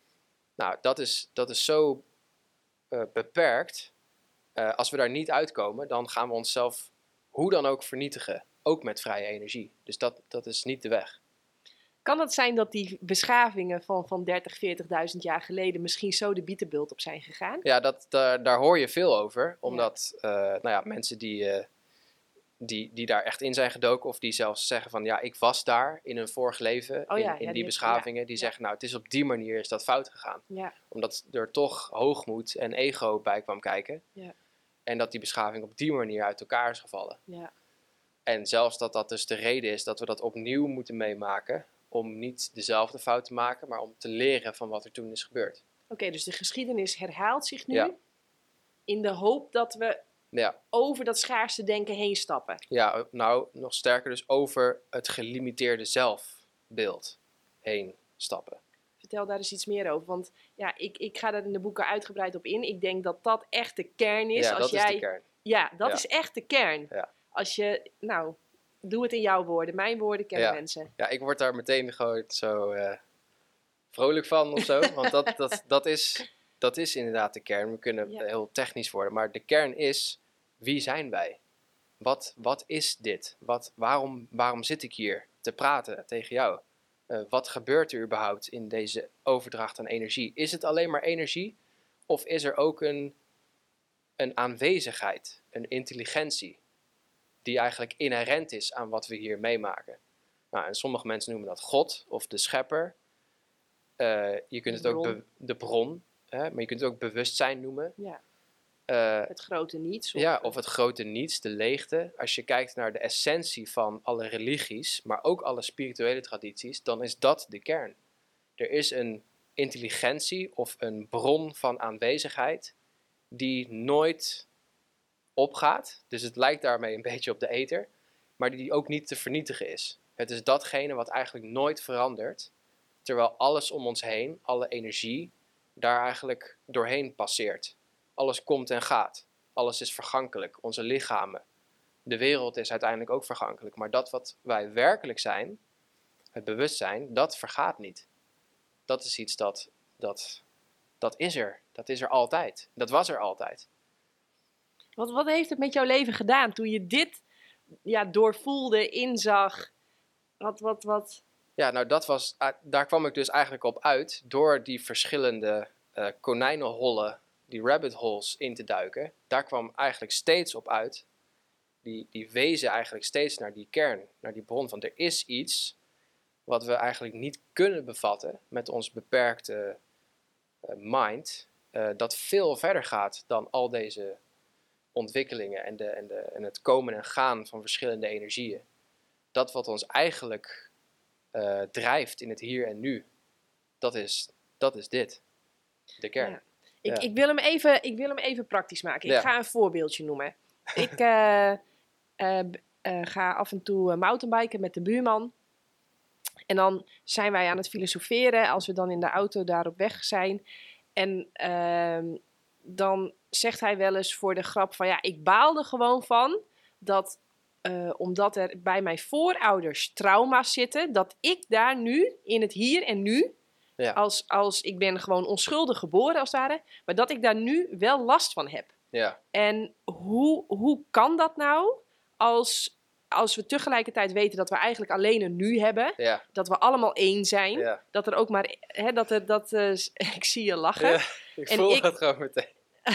Nou, dat is, dat is zo uh, beperkt. Uh, als we daar niet uitkomen, dan gaan we onszelf hoe dan ook vernietigen, ook met vrije energie. Dus dat, dat is niet de weg. Kan het zijn dat die beschavingen van, van dertig, veertigduizend jaar geleden misschien zo de bietenbult op zijn gegaan? Ja, dat, daar, daar hoor je veel over. Omdat ja. Uh, nou ja, mensen die, uh, die, die daar echt in zijn gedoken, of die zelfs zeggen van ja, ik was daar in een vorig leven, oh, in, ja, in ja, die die beschavingen, ja, die ja. zeggen nou, het is op die manier is dat fout gegaan. Ja. Omdat er toch hoogmoed en ego bij kwam kijken. Ja. En dat die beschaving op die manier uit elkaar is gevallen. Ja. En zelfs dat dat dus de reden is dat we dat opnieuw moeten meemaken, om niet dezelfde fout te maken, maar om te leren van wat er toen is gebeurd. Oké, okay, dus de geschiedenis herhaalt zich nu ja. in de hoop dat we Ja. over dat schaarste denken heen stappen. Ja, nou, nog sterker dus over het gelimiteerde zelfbeeld heen stappen. Vertel daar eens iets meer over. Want ja, ik, ik ga daar in de boeken uitgebreid op in. Ik denk dat dat echt de kern is. Ja, als dat jij, is de kern. Ja, dat Ja. is echt de kern. Ja. Als je, nou, doe het in jouw woorden. Mijn woorden kennen Ja. mensen. Ja, ik word daar meteen gewoon zo uh, vrolijk van of zo. Want dat, dat, dat, is, dat is inderdaad de kern. We kunnen Ja. heel technisch worden. Maar de kern is, wie zijn wij? Wat, wat is dit? Wat, waarom, waarom zit ik hier te praten tegen jou? Uh, wat gebeurt er überhaupt in deze overdracht aan energie? Is het alleen maar energie? Of is er ook een, een aanwezigheid, een intelligentie, die eigenlijk inherent is aan wat we hier meemaken? Nou, en sommige mensen noemen dat God of de schepper. Uh, je kunt de het ook bron. be- de bron, hè? Maar je kunt het ook bewustzijn noemen. Ja. Uh, het grote niets. Of, ja, of het grote niets, de leegte. Als je kijkt naar de essentie van alle religies, maar ook alle spirituele tradities, dan is dat de kern. Er is een intelligentie of een bron van aanwezigheid die nooit opgaat. Dus het lijkt daarmee een beetje op de ether, maar die ook niet te vernietigen is. Het is datgene wat eigenlijk nooit verandert, terwijl alles om ons heen, alle energie, daar eigenlijk doorheen passeert. Alles komt en gaat. Alles is vergankelijk. Onze lichamen. De wereld is uiteindelijk ook vergankelijk. Maar dat wat wij werkelijk zijn, het bewustzijn, dat vergaat niet. Dat is iets dat, dat, dat is er. Dat is er altijd. Dat was er altijd. Wat, wat heeft het met jouw leven gedaan toen je dit ja, doorvoelde, inzag? Wat, wat, wat? Ja, nou dat was, daar kwam ik dus eigenlijk op uit door die verschillende uh, konijnenhollen, die rabbit holes in te duiken. Daar kwam eigenlijk steeds op uit. Die, die wezen eigenlijk steeds naar die kern, naar die bron van er is iets wat we eigenlijk niet kunnen bevatten met ons beperkte uh, mind, uh, dat veel verder gaat dan al deze ontwikkelingen en, de, en, de, en het komen en gaan van verschillende energieën. Dat wat ons eigenlijk uh, drijft in het hier en nu, dat is, dat is dit, de kern. Ja. Ik, Ja. ik, wil hem even, ik wil hem even praktisch maken. Ik Ja. ga een voorbeeldje noemen. Ik uh, uh, uh, ga af en toe uh, mountainbiken met de buurman. En dan zijn wij aan het filosoferen als we dan in de auto daar op weg zijn. En uh, dan zegt hij wel eens voor de grap van ja, ik baalde gewoon van dat uh, omdat er bij mijn voorouders trauma's zitten, dat ik daar nu in het hier en nu, Ja. als, als ik ben gewoon onschuldig geboren als het ware, maar dat ik daar nu wel last van heb. Ja. En hoe, hoe kan dat nou als, als we tegelijkertijd weten dat we eigenlijk alleen een nu hebben, Ja. dat we allemaal één zijn, Ja. dat er ook maar, hè, dat er, dat, uh, ik zie je lachen. Ja, ik En voel ik- het gewoon meteen.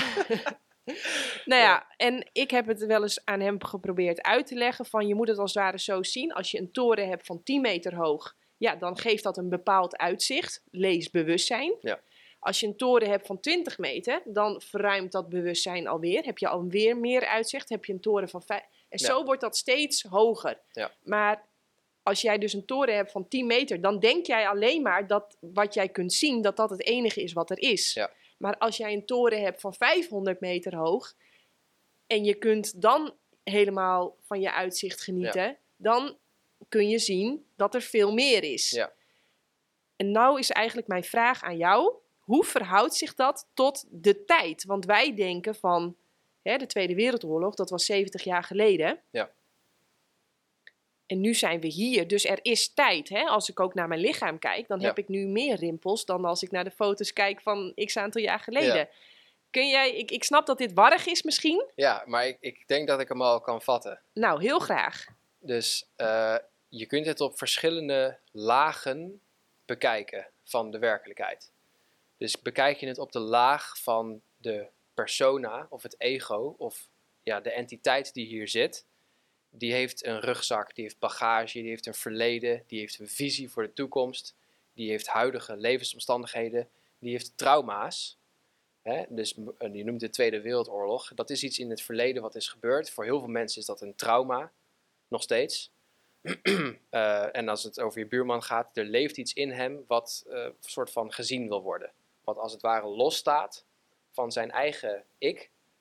Nou ja, en ik heb het wel eens aan hem geprobeerd uit te leggen van je moet het als het ware zo zien. Als je een toren hebt van tien meter hoog, ja, dan geeft dat een bepaald uitzicht. Lees bewustzijn. Ja. Als je een toren hebt van twintig meter, dan verruimt dat bewustzijn alweer. Heb je alweer meer uitzicht. Heb je een toren van vijf... En Ja. zo wordt dat steeds hoger. Ja. Maar als jij dus een toren hebt van tien meter, dan denk jij alleen maar dat wat jij kunt zien, dat dat het enige is wat er is. Ja. Maar als jij een toren hebt van vijfhonderd meter hoog en je kunt dan helemaal van je uitzicht genieten, dan kun je zien dat er veel meer is. Ja. En nou is eigenlijk mijn vraag aan jou, hoe verhoudt zich dat tot de tijd? Want wij denken van, hè, de Tweede Wereldoorlog, dat was zeventig jaar geleden. Ja. En nu zijn we hier, dus er is tijd. Hè? Als ik ook naar mijn lichaam kijk, dan Ja. heb ik nu meer rimpels dan als ik naar de foto's kijk van x aantal jaar geleden. Ja. Kun jij, ik, ik snap dat dit warrig is misschien. Ja, maar ik, ik denk dat ik hem al kan vatten. Nou, heel graag. Dus uh, je kunt het op verschillende lagen bekijken van de werkelijkheid. Dus bekijk je het op de laag van de persona of het ego of ja, de entiteit die hier zit. Die heeft een rugzak, die heeft bagage, die heeft een verleden, die heeft een visie voor de toekomst. Die heeft huidige levensomstandigheden, die heeft trauma's. Hè? Dus je noemt de Tweede Wereldoorlog. Dat is iets in het verleden wat is gebeurd. Voor heel veel mensen is dat een trauma, nog steeds. uh, en als het over je buurman gaat, er leeft iets in hem wat uh, een soort van gezien wil worden. Wat als het ware losstaat van zijn eigen ik.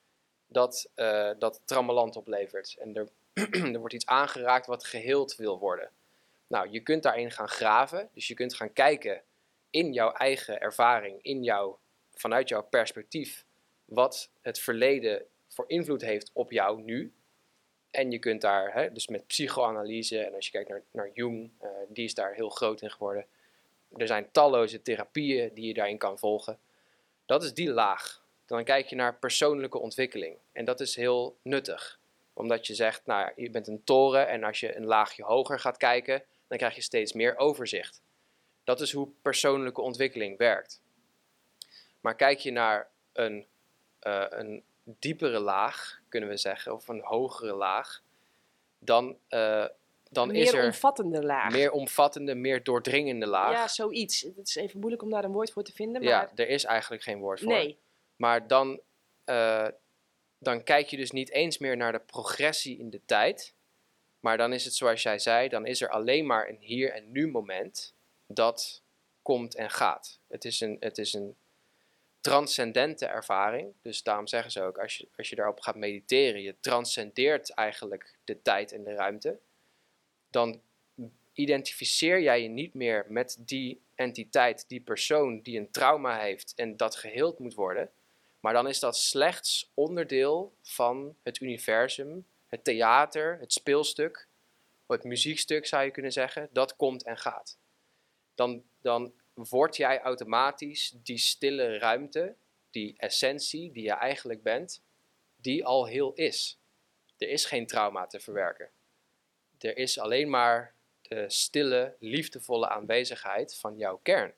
dat, uh, dat trammeland oplevert. En er, er wordt iets aangeraakt wat geheeld wil worden. Nou, je kunt daarin gaan graven. Dus je kunt gaan kijken in jouw eigen ervaring, in jouw, vanuit jouw perspectief, wat het verleden voor invloed heeft op jou nu. En je kunt daar, hè, dus met psychoanalyse, en als je kijkt naar, naar Jung, uh, die is daar heel groot in geworden. Er zijn talloze therapieën die je daarin kan volgen. Dat is die laag. Dan kijk je naar persoonlijke ontwikkeling. En dat is heel nuttig. Omdat je zegt, nou, je bent een toren en als je een laagje hoger gaat kijken, dan krijg je steeds meer overzicht. Dat is hoe persoonlijke ontwikkeling werkt. Maar kijk je naar een, uh, een diepere laag, kunnen we zeggen, of een hogere laag, dan, uh, dan is er... Meer omvattende laag. Meer omvattende, meer doordringende laag. Ja, zoiets. Het is even moeilijk om daar een woord voor te vinden. Maar... Ja, er is eigenlijk geen woord voor. Nee. Maar dan, uh, dan kijk je dus niet eens meer naar de progressie in de tijd. Maar dan is het zoals jij zei, dan is er alleen maar een hier en nu moment dat komt en gaat. Het is een, het is een transcendente ervaring. Dus daarom zeggen ze ook, als je, als je daarop gaat mediteren, je transcendeert eigenlijk de tijd en de ruimte. Dan identificeer jij je niet meer met die entiteit, die persoon die een trauma heeft en dat geheeld moet worden. Maar dan is dat slechts onderdeel van het universum, het theater, het speelstuk, het muziekstuk zou je kunnen zeggen, dat komt en gaat. Dan, dan word jij automatisch die stille ruimte, die essentie die je eigenlijk bent, die al heel is. Er is geen trauma te verwerken. Er is alleen maar de stille, liefdevolle aanwezigheid van jouw kern.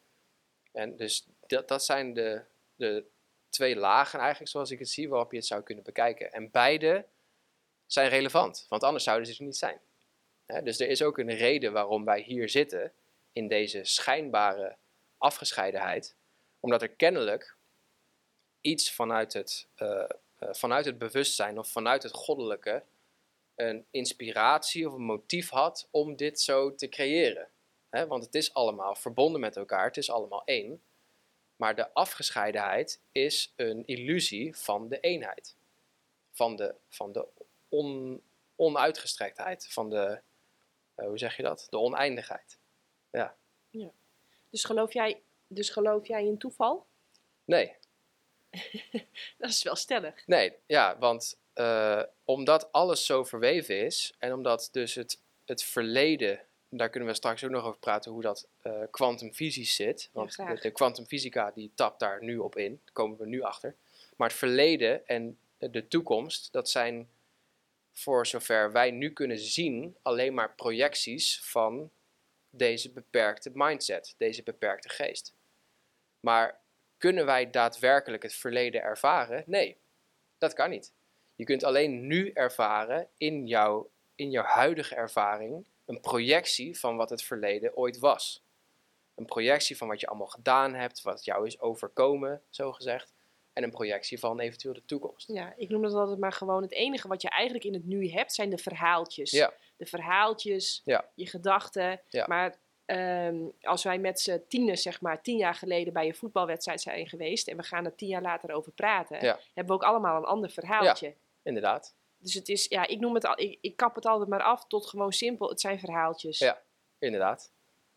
En dus dat, dat zijn de, de twee lagen eigenlijk, zoals ik het zie, waarop je het zou kunnen bekijken. En beide zijn relevant, want anders zouden ze er niet zijn. He, dus er is ook een reden waarom wij hier zitten, in deze schijnbare afgescheidenheid. Omdat er kennelijk iets vanuit het, uh, uh, vanuit het bewustzijn of vanuit het goddelijke een inspiratie of een motief had om dit zo te creëren. He, want het is allemaal verbonden met elkaar, het is allemaal één. Maar de afgescheidenheid is een illusie van de eenheid. Van de, van de on, onuitgestrektheid, van de, uh, hoe zeg je dat? De oneindigheid. Ja. Ja. Dus geloof jij, dus geloof jij in toeval? Nee. Dat is wel stellig. Nee, ja, want uh, omdat alles zo verweven is en omdat dus het, het verleden, daar kunnen we straks ook nog over praten hoe dat kwantumfysisch uh, zit. Want ja, de kwantumfysica die tapt daar nu op in, daar komen we nu achter. Maar het verleden en de toekomst, dat zijn voor zover wij nu kunnen zien alleen maar projecties van deze beperkte mindset, deze beperkte geest. Maar kunnen wij daadwerkelijk het verleden ervaren? Nee, dat kan niet. Je kunt alleen nu ervaren in jouw, in jouw huidige ervaring een projectie van wat het verleden ooit was. Een projectie van wat je allemaal gedaan hebt, wat jou is overkomen, zogezegd. En een projectie van eventueel de toekomst. Ja, ik noem dat altijd maar gewoon het enige wat je eigenlijk in het nu hebt, zijn de verhaaltjes. Ja. De verhaaltjes, ja. je gedachten. Ja. Maar um, als wij met z'n tieners, zeg maar, tien jaar geleden bij een voetbalwedstrijd zijn geweest en we gaan er tien jaar later over praten, ja. hebben we ook allemaal een ander verhaaltje. Ja, inderdaad. Dus het is, ja, ik noem het al, ik, ik kap het altijd maar af tot gewoon simpel, het zijn verhaaltjes. Ja, inderdaad.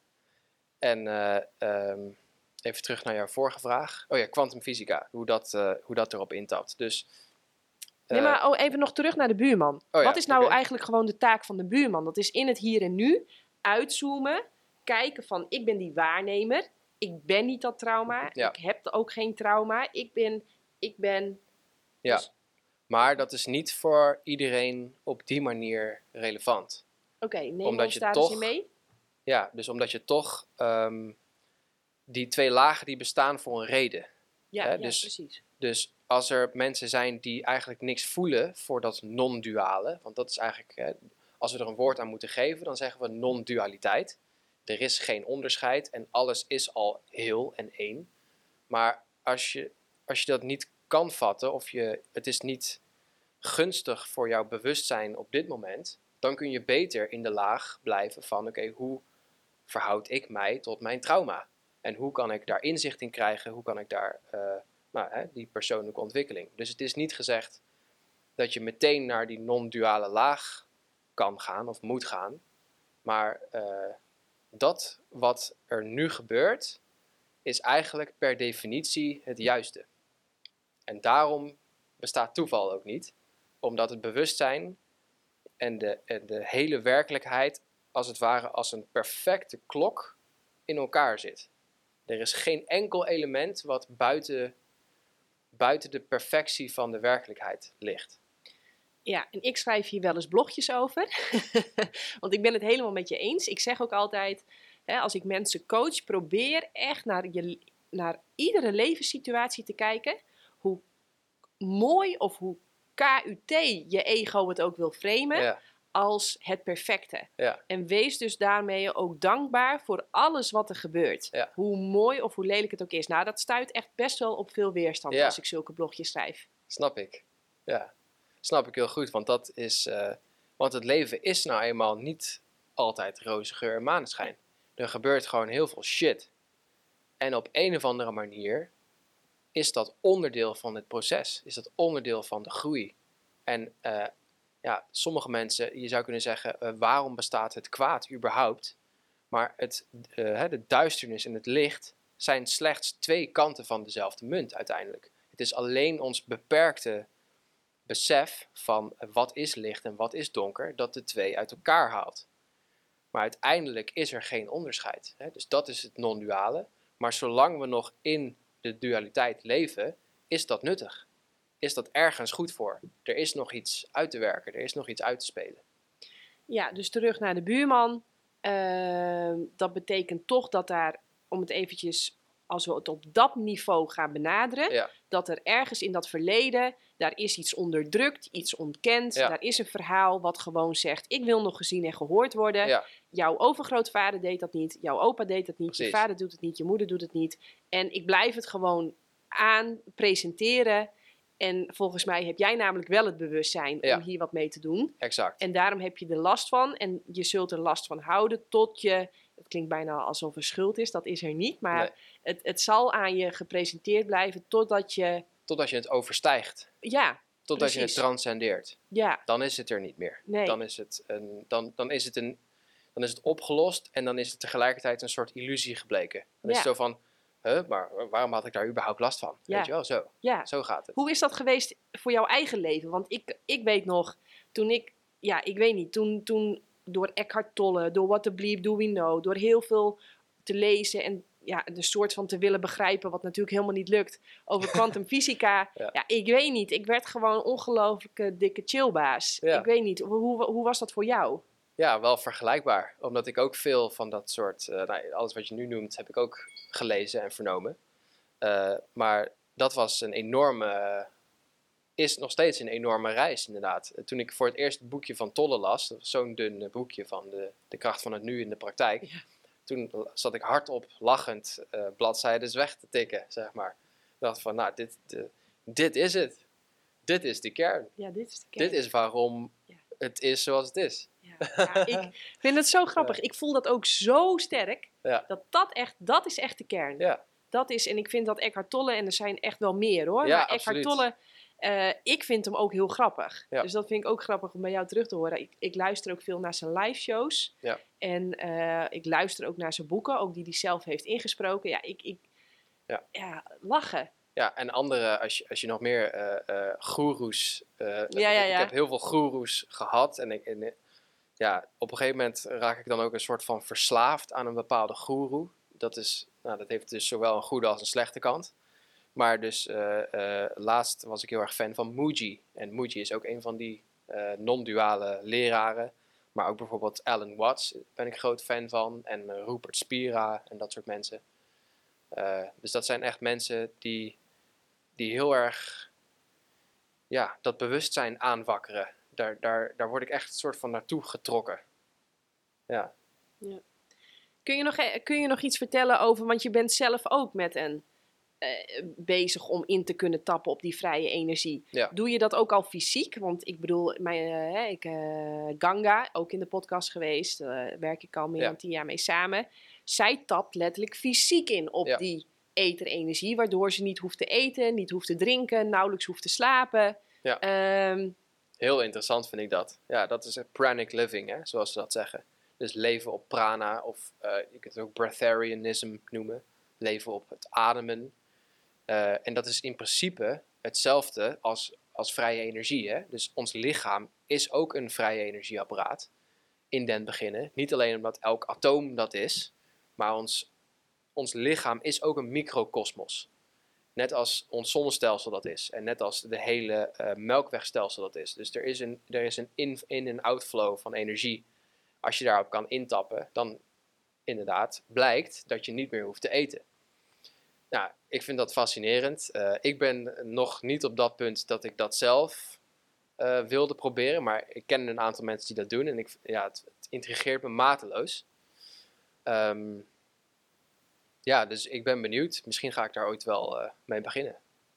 En uh, um, even terug naar jouw vorige vraag. Oh ja, kwantumfysica, hoe dat, uh, hoe dat erop intapt. Dus, uh, nee, maar oh, even nog terug naar de buurman. Oh ja, Wat is nou okay. eigenlijk gewoon de taak van de buurman? Dat is in het hier en nu uitzoomen, kijken van ik ben die waarnemer, ik ben niet dat trauma, ja. ik heb ook geen trauma, ik ben, ik ben... Ja, dus... maar dat is niet voor iedereen op die manier relevant. Oké, okay, neem omdat ons je daar toch, eens in mee. Ja, dus omdat je toch um, die twee lagen die bestaan voor een reden. Ja, Hè? ja Dus, precies. Dus als er mensen zijn die eigenlijk niks voelen voor dat non-duale, want dat is eigenlijk, hè, als we er een woord aan moeten geven, dan zeggen we non-dualiteit. Er is geen onderscheid en alles is al heel en één. Maar als je, als je dat niet kan vatten of je, het is niet gunstig voor jouw bewustzijn op dit moment, dan kun je beter in de laag blijven van oké, okay, hoe verhoud ik mij tot mijn trauma? En hoe kan ik daar inzicht in krijgen? Hoe kan ik daar uh, nou, hè, die persoonlijke ontwikkeling. Dus het is niet gezegd dat je meteen naar die non-duale laag kan gaan of moet gaan. Maar uh, dat wat er nu gebeurt, is eigenlijk per definitie het juiste. En daarom bestaat toeval ook niet. Omdat het bewustzijn en de, en de hele werkelijkheid als het ware als een perfecte klok in elkaar zit. Er is geen enkel element wat buiten, buiten de perfectie van de werkelijkheid ligt. Ja, en ik schrijf hier wel eens blogjes over. Want ik ben het helemaal met je eens. Ik zeg ook altijd, hè, als ik mensen coach, probeer echt naar, je, naar iedere levenssituatie te kijken. Hoe mooi of hoe K U T je ego het ook wil framen, ja. als het perfecte. Ja. En wees dus daarmee ook dankbaar voor alles wat er gebeurt. Ja. Hoe mooi of hoe lelijk het ook is. Nou, dat stuit echt best wel op veel weerstand ja. als ik zulke blogjes schrijf. Snap ik. Ja, snap ik heel goed. Want, dat is, uh, want het leven is nou eenmaal niet altijd roze geur en maneschijn. Er gebeurt gewoon heel veel shit. En op een of andere manier is dat onderdeel van het proces. Is dat onderdeel van de groei. En uh, ja, sommige mensen, je zou kunnen zeggen, uh, waarom bestaat het kwaad überhaupt? Maar het, uh, de duisternis en het licht zijn slechts twee kanten van dezelfde munt uiteindelijk. Het is alleen ons beperkte besef van uh, wat is licht en wat is donker, dat de twee uit elkaar haalt. Maar uiteindelijk is er geen onderscheid. Hè? Dus dat is het non-duale. Maar zolang we nog in de dualiteit leven, is dat nuttig. Is dat ergens goed voor? Er is nog iets uit te werken, er is nog iets uit te spelen. Ja, dus terug naar de buurman. Uh, dat betekent toch dat daar, om het eventjes, als we het op dat niveau gaan benaderen, ja. dat er ergens in dat verleden, daar is iets onderdrukt, iets ontkend. Ja. Daar is een verhaal wat gewoon zegt, ik wil nog gezien en gehoord worden. Ja. Jouw overgrootvader deed dat niet, jouw opa deed dat niet, Precies. je vader doet het niet, je moeder doet het niet. En ik blijf het gewoon aan presenteren. En volgens mij heb jij namelijk wel het bewustzijn ja. om hier wat mee te doen. Exact. En daarom heb je er last van. En je zult er last van houden tot je... Het klinkt bijna alsof er schuld is. Dat is er niet. Maar nee. het, het zal aan je gepresenteerd blijven totdat je... Totdat je het overstijgt. Ja, Totdat precies. je het transcendeert. Ja. Dan is het er niet meer. Nee. Dan is het, een, dan, dan, is het een, dan is het opgelost. En dan is het tegelijkertijd een soort illusie gebleken. Dan ja. is het zo van... Huh, maar waarom had ik daar überhaupt last van? Ja. Weet je wel, zo. Ja. Zo gaat het. Hoe is dat geweest voor jouw eigen leven? Want ik, ik weet nog, toen ik... Ja, ik weet niet. Toen, toen door Eckhart Tolle, door What the Bleep Do We Know, door heel veel te lezen en ja, de soort van te willen begrijpen, wat natuurlijk helemaal niet lukt, over kwantumfysica. ja. ja, ik weet niet. Ik werd gewoon ongelooflijke dikke chillbaas. Ja. Ik weet niet. Hoe, hoe was dat voor jou? Ja, wel vergelijkbaar. Omdat ik ook veel van dat soort... Uh, nou, alles wat je nu noemt, heb ik ook gelezen en vernomen. Uh, maar dat was een enorme... Uh, is nog steeds een enorme reis, inderdaad. Uh, toen ik voor het eerst het boekje van Tolle las... Dat was zo'n dun uh, boekje van de, de kracht van het nu in de praktijk. Ja. Toen zat ik hardop, lachend, uh, bladzijden weg te tikken, zeg maar. Ik dacht van, nou, dit, de, dit is het. Dit is de kern. Ja, dit is de kern. Dit is waarom ja. het is zoals het is. Ja, ja, ik vind het zo grappig. Ja. Ik voel dat ook zo sterk. Ja. Dat dat echt, dat is echt de kern. Ja. Dat is, en ik vind dat Eckhart Tolle, en er zijn echt wel meer hoor. Ja, maar absoluut. Eckhart Tolle, uh, ik vind hem ook heel grappig. Ja. Dus dat vind ik ook grappig om bij jou terug te horen. Ik, ik luister ook veel naar zijn live shows. Ja. En uh, ik luister ook naar zijn boeken, ook die hij zelf heeft ingesproken. Ja, ik, ik ja. ja, lachen. Ja, en andere, als je, als je nog meer uh, uh, goeroes... Uh, ja, ja, ja. Ik heb heel veel goeroes gehad. En, ik, en ja, op een gegeven moment raak ik dan ook een soort van verslaafd aan een bepaalde goeroe. Dat, is, nou, dat heeft dus zowel een goede als een slechte kant. Maar dus uh, uh, laatst was ik heel erg fan van Mooji. En Mooji is ook een van die uh, non-duale leraren. Maar ook bijvoorbeeld Alan Watts ben ik groot fan van. En uh, Rupert Spira en dat soort mensen. Uh, dus dat zijn echt mensen die, die heel erg ja, dat bewustzijn aanwakkeren. Daar, daar, daar word ik echt een soort van naartoe getrokken. Ja. Ja. Kun je nog, kun je nog iets vertellen over, want je bent zelf ook met een uh, bezig om in te kunnen tappen op die vrije energie. Ja. Doe je dat ook al fysiek? Want ik bedoel, mijn, uh, ik, uh, Ganga, ook in de podcast geweest, uh, werk ik al meer ja. dan tien jaar mee samen. Zij tapt letterlijk fysiek in op ja. die eterenergie, waardoor ze niet hoeft te eten, niet hoeft te drinken, nauwelijks hoeft te slapen. Ja. Um, Heel interessant vind ik dat. Ja, dat is pranic living, hè, zoals ze dat zeggen. Dus leven op prana, of uh, je kunt het ook breatharianism noemen. Leven op het ademen. Uh, en dat is in principe hetzelfde als, als vrije energie. Hè? Dus ons lichaam is ook een vrije energieapparaat in den beginnen. Niet alleen omdat elk atoom dat is, maar ons, ons lichaam is ook een microkosmos. Net als ons zonnestelsel dat is. En net als de hele uh, melkwegstelsel dat is. Dus er is een, er is een in- in- en outflow van energie. Als je daarop kan intappen, dan inderdaad blijkt dat je niet meer hoeft te eten. Nou, ik vind dat fascinerend. Uh, ik ben nog niet op dat punt dat ik dat zelf uh, wilde proberen. Maar ik ken een aantal mensen die dat doen. En ik, ja, het, het intrigeert me mateloos. Um, ja, dus ik ben benieuwd. Misschien ga ik daar ooit wel uh, mee beginnen.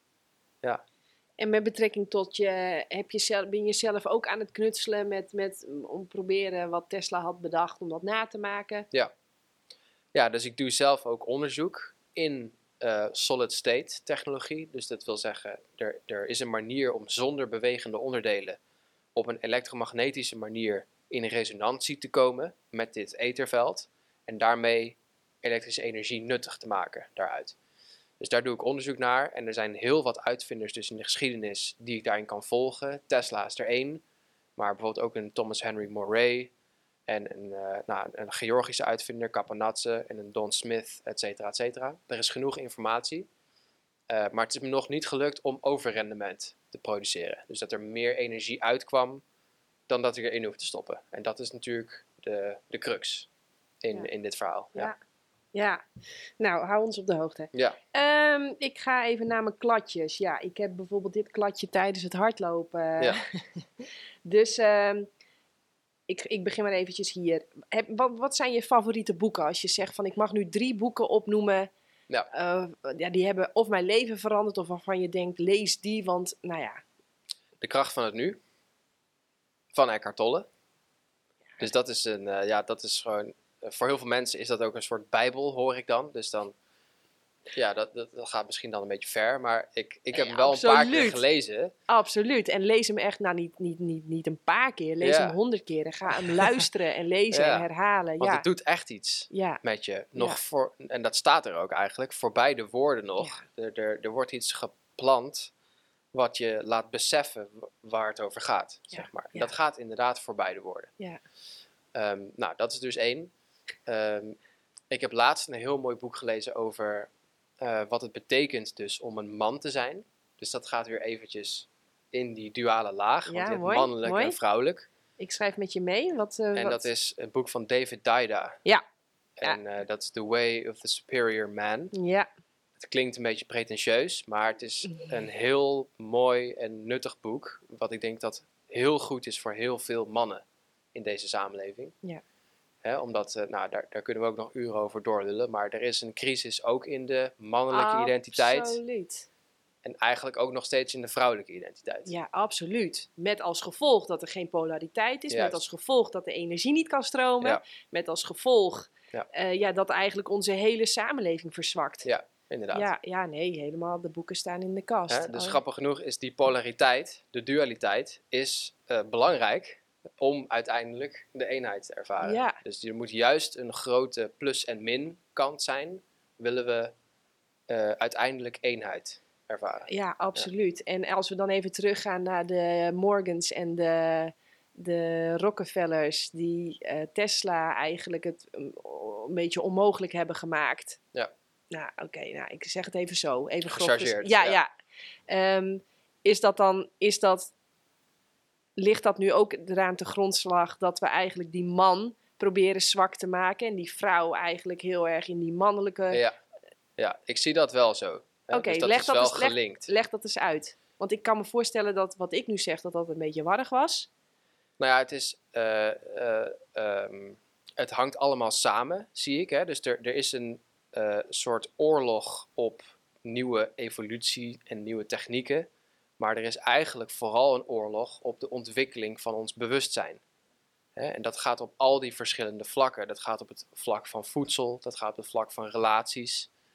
Ja. En met betrekking tot je, heb je zelf, ben je zelf ook aan het knutselen met, met, om proberen wat Tesla had bedacht om dat na te maken? Ja. Ja, dus ik doe zelf ook onderzoek in uh, solid state technologie. Dus dat wil zeggen, er, er is een manier om zonder bewegende onderdelen op een elektromagnetische manier in resonantie te komen met dit etherveld. En daarmee elektrische energie nuttig te maken daaruit. Dus daar doe ik onderzoek naar. En er zijn heel wat uitvinders dus in de geschiedenis die ik daarin kan volgen. Tesla is er één. Maar bijvoorbeeld ook een Thomas Henry Moray. En een, uh, nou, een Georgische uitvinder, Kapanadze. En een Don Smith, et cetera, et cetera. Er is genoeg informatie. Uh, maar het is me nog niet gelukt om overrendement te produceren. Dus dat er meer energie uitkwam dan dat ik erin hoef te stoppen. En dat is natuurlijk de, de crux in, ja. in dit verhaal. Ja. Ja. Ja, nou, hou ons op de hoogte. Ja. Um, ik ga even naar mijn kladjes. Ja, ik heb bijvoorbeeld dit kladje tijdens het hardlopen. Ja. Dus um, ik, ik begin maar eventjes hier. Heb, wat, wat zijn je favoriete boeken? Als je zegt van ik mag nu drie boeken opnoemen. Ja. Uh, ja, die hebben of mijn leven veranderd of waarvan je denkt lees die, want nou ja. De kracht van het nu. Van Eckhart Tolle. Dus dat is een, uh, ja, dat is gewoon... Voor heel veel mensen is dat ook een soort bijbel, hoor ik dan. Dus dan, ja, dat, dat, dat gaat misschien dan een beetje ver. Maar ik, ik heb ja, hem wel absoluut. een paar keer gelezen. Absoluut. En lees hem echt, nou niet, niet, niet, niet een paar keer. Lees ja. hem honderd keer. En ga hem luisteren en lezen ja. en herhalen. Want ja. het doet echt iets ja. met je. Nog ja. voor, en dat staat er ook eigenlijk, voorbij de woorden nog. Ja. Er, er, er wordt iets geplant wat je laat beseffen waar het over gaat, ja. zeg maar. Ja. Dat gaat inderdaad voorbij de woorden. Ja. Um, nou, dat is dus één. Um, ik heb laatst een heel mooi boek gelezen over uh, wat het betekent dus om een man te zijn. Dus dat gaat weer eventjes in die duale laag, ja, want je hebt mooi, mannelijk mooi. en vrouwelijk. Ik schrijf met je mee. Wat, uh, en wat... dat is een boek van David Deida. Ja. En ja. uh, dat is The Way of the Superior Man. Ja. Het klinkt een beetje pretentieus, maar het is een heel mooi en nuttig boek. Wat ik denk dat heel goed is voor heel veel mannen in deze samenleving. Ja. He, omdat, uh, nou, daar, daar kunnen we ook nog uren over doorlullen. Maar er is een crisis ook in de mannelijke absoluut. identiteit. Absoluut. En eigenlijk ook nog steeds in de vrouwelijke identiteit. Ja, absoluut. Met als gevolg dat er geen polariteit is. Juist. Met als gevolg dat de energie niet kan stromen. Ja. Met als gevolg ja. Uh, ja, dat eigenlijk onze hele samenleving verzwakt. Ja, inderdaad. Ja, ja, nee, helemaal. De boeken staan in de kast. He, dus oh. grappig genoeg is die polariteit, de dualiteit, is uh, belangrijk om uiteindelijk de eenheid te ervaren. Ja. Dus er moet juist een grote plus- en min-kant zijn, willen we uh, uiteindelijk eenheid ervaren. Ja, absoluut. Ja. En als we dan even teruggaan naar de Morgans en de, de Rockefellers, die uh, Tesla eigenlijk het um, een beetje onmogelijk hebben gemaakt. Ja. Nou, oké, okay, nou, ik zeg het even zo. Even gechargeerd. Ja, ja. ja. Um, is dat dan, is dat... Ligt dat nu ook eraan te grondslag dat we eigenlijk die man proberen zwak te maken en die vrouw eigenlijk heel erg in die mannelijke... Ja, ja ik zie dat wel zo. Oké, okay, dus dat leg, is dat wel eens, gelinkt. leg, leg dat eens uit. Want ik kan me voorstellen dat wat ik nu zeg, dat dat een beetje warrig was. Nou ja, het is... Uh, uh, um, het hangt allemaal samen, zie ik. Hè? Dus er, er is een uh, soort oorlog op nieuwe evolutie en nieuwe technieken. Maar er is eigenlijk vooral een oorlog op de ontwikkeling van ons bewustzijn. He, en dat gaat op al die verschillende vlakken. Dat gaat op het vlak van voedsel, dat gaat op het vlak van relaties.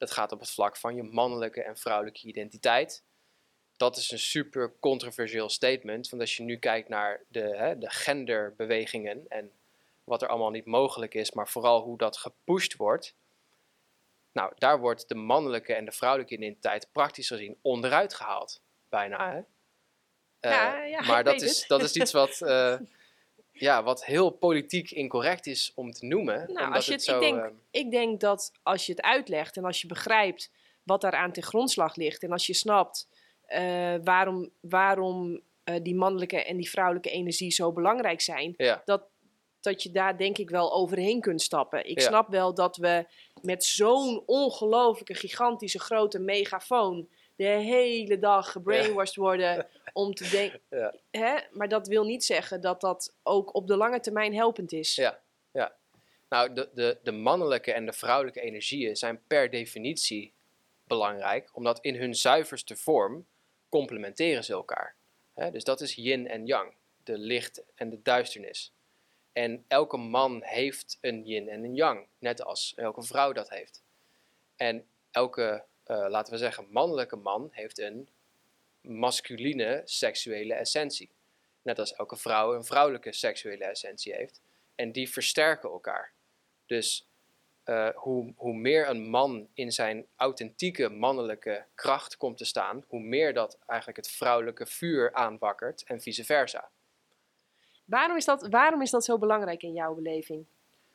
Dat gaat op het vlak van je mannelijke en vrouwelijke identiteit. Dat is een super controversieel statement. Want als je nu kijkt naar de, hè, de genderbewegingen en wat er allemaal niet mogelijk is, maar vooral hoe dat gepusht wordt. Nou, daar wordt de mannelijke en de vrouwelijke identiteit praktisch gezien onderuit gehaald. Bijna, hè? Ja, Uh, ja, maar ik dat weet is, het. dat is iets wat, uh, ja, wat heel politiek incorrect is om te noemen. Nou, omdat als je het het, zo, ik, denk, uh, ik denk dat als je het uitlegt en als je begrijpt wat daaraan ten grondslag ligt en als je snapt uh, waarom, waarom uh, die mannelijke en die vrouwelijke energie zo belangrijk zijn, ja. dat, dat je daar denk ik wel overheen kunt stappen. Ik Ja. snap wel dat we met zo'n ongelooflijke, gigantische, grote megafoon de hele dag gebrainwashed ja. worden om te denken. Ja. Hè? Maar dat wil niet zeggen dat dat ook op de lange termijn helpend is. Ja, ja. Nou, de, de, de mannelijke en de vrouwelijke energieën zijn per definitie belangrijk, omdat in hun zuiverste vorm complementeren ze elkaar. Hè? Dus dat is yin en yang, de licht en de duisternis. En elke man heeft een yin en een yang, net als elke vrouw dat heeft. En elke, uh, laten we zeggen, mannelijke man heeft een masculine seksuele essentie. Net als elke vrouw een vrouwelijke seksuele essentie heeft. En die versterken elkaar. Dus uh, hoe, hoe meer een man in zijn authentieke mannelijke kracht komt te staan, hoe meer dat eigenlijk het vrouwelijke vuur aanwakkert en vice versa. Waarom is dat, waarom is dat zo belangrijk in jouw beleving?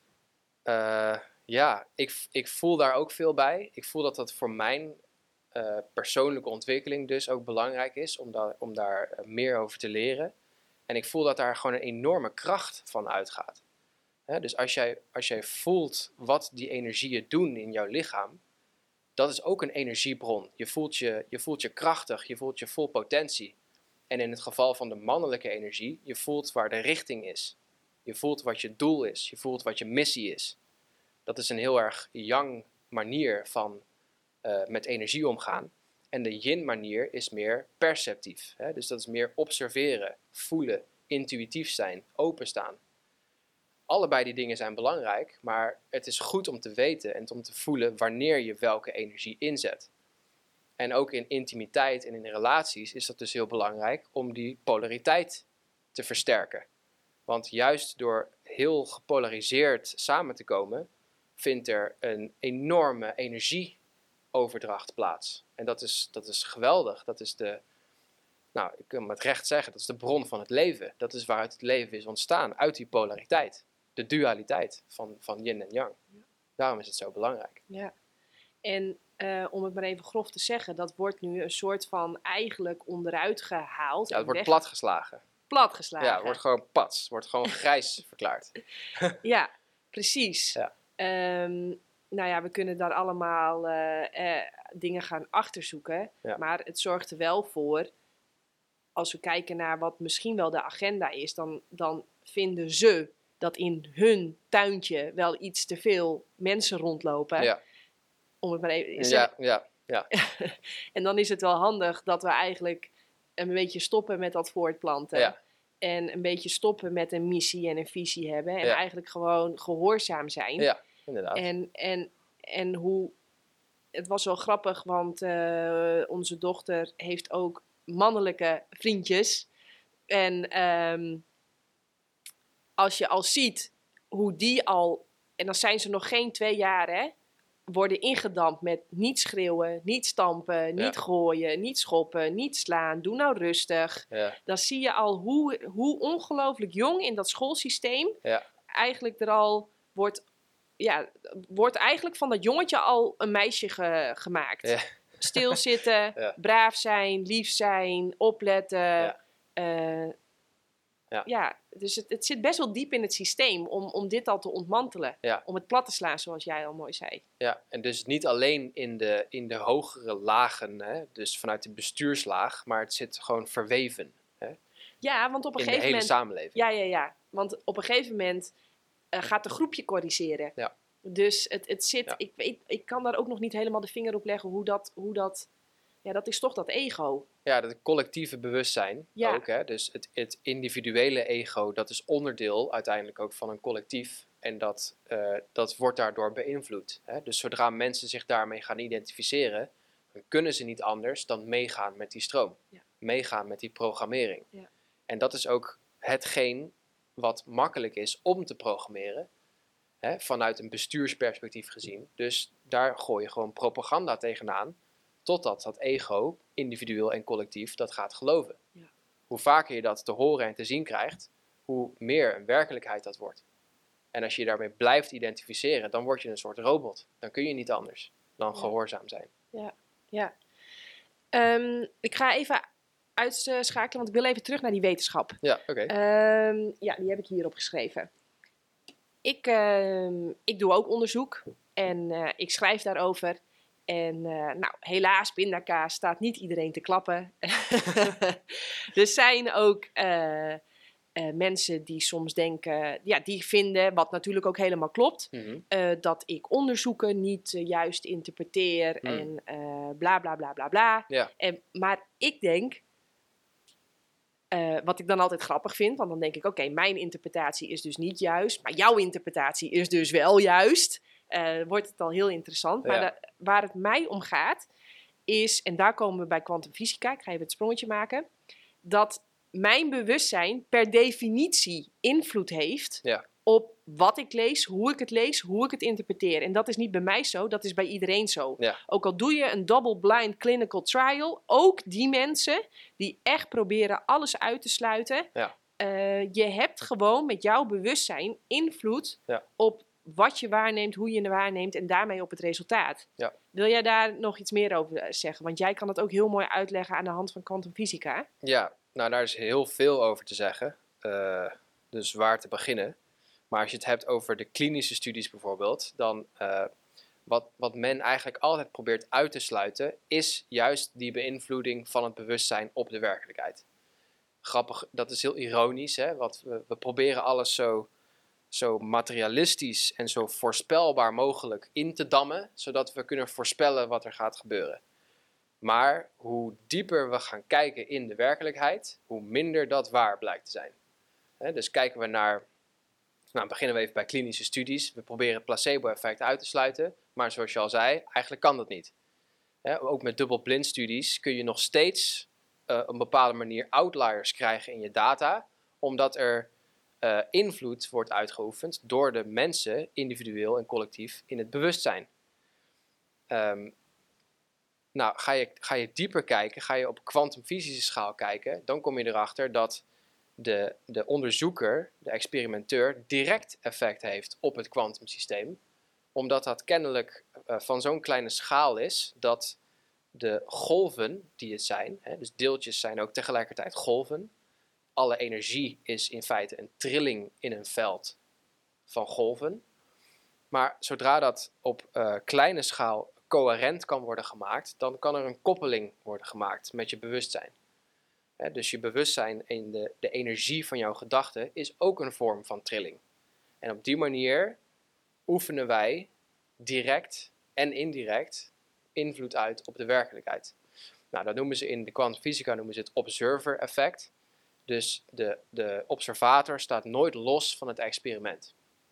Uh, ja, ik, ik voel daar ook veel bij. Ik voel dat dat voor mijn uh, persoonlijke ontwikkeling dus ook belangrijk is om, da- om daar uh, meer over te leren. En ik voel dat daar gewoon een enorme kracht van uitgaat. Hè, dus als jij, als jij voelt wat die energieën doen in jouw lichaam, dat is ook een energiebron. Je voelt je, je voelt je krachtig, je voelt je vol potentie. En in het geval van de mannelijke energie, je voelt waar de richting is. Je voelt wat je doel is, je voelt wat je missie is. Dat is een heel erg yang manier van uh, met energie omgaan. En de yin manier is meer perceptief. Hè? Dus dat is meer observeren, voelen, intuïtief zijn, openstaan. Allebei die dingen zijn belangrijk, maar het is goed om te weten en om te voelen wanneer je welke energie inzet. En ook in intimiteit en in relaties is dat dus heel belangrijk om die polariteit te versterken. Want juist door heel gepolariseerd samen te komen, vindt er een enorme energieoverdracht plaats. En dat is, dat is geweldig. Dat is de, nou, ik kan met recht zeggen, dat is de bron van het leven. Dat is waaruit het leven is ontstaan, uit die polariteit. De dualiteit van, van yin en yang. Ja. Daarom is het zo belangrijk. Ja. En uh, om het maar even grof te zeggen, dat wordt nu een soort van eigenlijk onderuit gehaald. Ja, het wordt weg... platgeslagen. Platgeslagen. Ja, het wordt gewoon pats. Het wordt gewoon grijs verklaard. Ja, precies. Ja. Um, nou ja, we kunnen daar allemaal uh, uh, dingen gaan achterzoeken. Ja. Maar het zorgt er wel voor, als we kijken naar wat misschien wel de agenda is, dan, dan vinden ze dat in hun tuintje wel iets te veel mensen rondlopen. Ja. Om het maar even... Is ja, er... ja, ja. En dan is het wel handig dat we eigenlijk een beetje stoppen met dat voortplanten. Ja. En een beetje stoppen met een missie en een visie hebben. En ja. eigenlijk gewoon gehoorzaam zijn. Ja, inderdaad. En, en, en hoe... Het was wel grappig, want uh, onze dochter heeft ook mannelijke vriendjes. En um, als je al ziet hoe die al... En dan zijn ze nog geen twee jaar, hè? Worden ingedampt met niet schreeuwen, niet stampen, niet ja. gooien, niet schoppen, niet slaan. Doe nou rustig. Ja. Dan zie je al hoe, hoe ongelooflijk jong in dat schoolsysteem ja. eigenlijk er al wordt... Ja, wordt eigenlijk van dat jongetje al een meisje ge, gemaakt. Ja. Stilzitten, ja. braaf zijn, lief zijn, opletten. Ja, uh, ja. ja dus het, het zit best wel diep in het systeem om, om dit al te ontmantelen. Ja. Om het plat te slaan, zoals jij al mooi zei. Ja, en dus niet alleen in de, in de hogere lagen, hè, dus vanuit de bestuurslaag, maar het zit gewoon verweven. Hè, ja, want op een in gegeven de hele moment... samenleving. Ja, ja, ja. Want op een gegeven moment uh, gaat de groepje corrigeren. Ja. Dus het, het zit... Ja. Ik, weet, ik kan daar ook nog niet helemaal de vinger op leggen hoe dat... Hoe dat ja, dat is toch dat ego. Ja, dat collectieve bewustzijn ja. ook. Hè? Dus het, het individuele ego, dat is onderdeel uiteindelijk ook van een collectief En dat, uh, dat wordt daardoor beïnvloed. Hè? Dus zodra mensen zich daarmee gaan identificeren, dan kunnen ze niet anders dan meegaan met die stroom. Ja. Meegaan met die programmering. Ja. En dat is ook hetgeen wat makkelijk is om te programmeren. Hè? Vanuit een bestuursperspectief gezien. Dus daar gooi je gewoon propaganda tegenaan. Totdat dat ego, individueel en collectief, dat gaat geloven. Ja. Hoe vaker je dat te horen en te zien krijgt, hoe meer een werkelijkheid dat wordt. En als je je daarmee blijft identificeren, dan word je een soort robot. Dan kun je niet anders dan ja. gehoorzaam zijn. Ja, ja. Um, ik ga even uitschakelen, want ik wil even terug naar die wetenschap. Ja, oké. Okay. Um, ja, die heb ik hier opgeschreven. Ik, uh, ik doe ook onderzoek en uh, ik schrijf daarover. En uh, nou, helaas, pindakaas staat niet iedereen te klappen. Er zijn ook uh, uh, mensen die soms denken, ja, die vinden, wat natuurlijk ook helemaal klopt, mm-hmm. uh, dat ik onderzoeken niet uh, juist interpreteer mm. en uh, bla bla bla bla bla. Ja. En, maar ik denk, uh, wat ik dan altijd grappig vind, want dan denk ik, oké, okay, mijn interpretatie is dus niet juist, maar jouw interpretatie is dus wel juist. Uh, wordt het al heel interessant. Maar ja. de, waar het mij om gaat, is, en daar komen we bij kwantumfysica, ik ga even het sprongetje maken, dat mijn bewustzijn per definitie invloed heeft ja. op wat ik lees, hoe ik het lees, hoe ik het interpreteer. En dat is niet bij mij zo, dat is bij iedereen zo. Ja. Ook al doe je een double-blind clinical trial, ook die mensen die echt proberen alles uit te sluiten, ja. uh, je hebt gewoon met jouw bewustzijn invloed ja. op wat je waarneemt, hoe je het waarneemt en daarmee op het resultaat. Ja. Wil jij daar nog iets meer over zeggen? Want jij kan het ook heel mooi uitleggen aan de hand van kwantumfysica. Ja, nou daar is heel veel over te zeggen. Uh, dus waar te beginnen. Maar als je het hebt over de klinische studies bijvoorbeeld, dan uh, wat, wat men eigenlijk altijd probeert uit te sluiten, is juist die beïnvloeding van het bewustzijn op de werkelijkheid. Grappig, dat is heel ironisch, hè? Want we, we proberen alles zo... zo materialistisch en zo voorspelbaar mogelijk in te dammen, zodat we kunnen voorspellen wat er gaat gebeuren. Maar hoe dieper we gaan kijken in de werkelijkheid, hoe minder dat waar blijkt te zijn. He, dus kijken we naar, nou beginnen we even bij klinische studies. We proberen het placebo-effect uit te sluiten, maar zoals je al zei, eigenlijk kan dat niet. He, ook met dubbelblind studies kun je nog steeds uh, op een bepaalde manier outliers krijgen in je data, omdat er Uh, invloed wordt uitgeoefend door de mensen, individueel en collectief, in het bewustzijn. Um, nou, ga je, ga je dieper kijken, ga je op kwantumfysische schaal kijken, dan kom je erachter dat de, de onderzoeker, de experimenteur, direct effect heeft op het kwantumsysteem, omdat dat kennelijk uh, van zo'n kleine schaal is, dat de golven die het zijn, hè, dus deeltjes zijn ook tegelijkertijd golven, alle energie is in feite een trilling in een veld van golven. Maar zodra dat op uh, kleine schaal coherent kan worden gemaakt, dan kan er een koppeling worden gemaakt met je bewustzijn. He, dus je bewustzijn en de, de energie van jouw gedachten is ook een vorm van trilling. En op die manier oefenen wij direct en indirect invloed uit op de werkelijkheid. Nou, dat noemen ze in de kwantumfysica noemen ze het observer effect. Dus de, de observator staat nooit los van het experiment.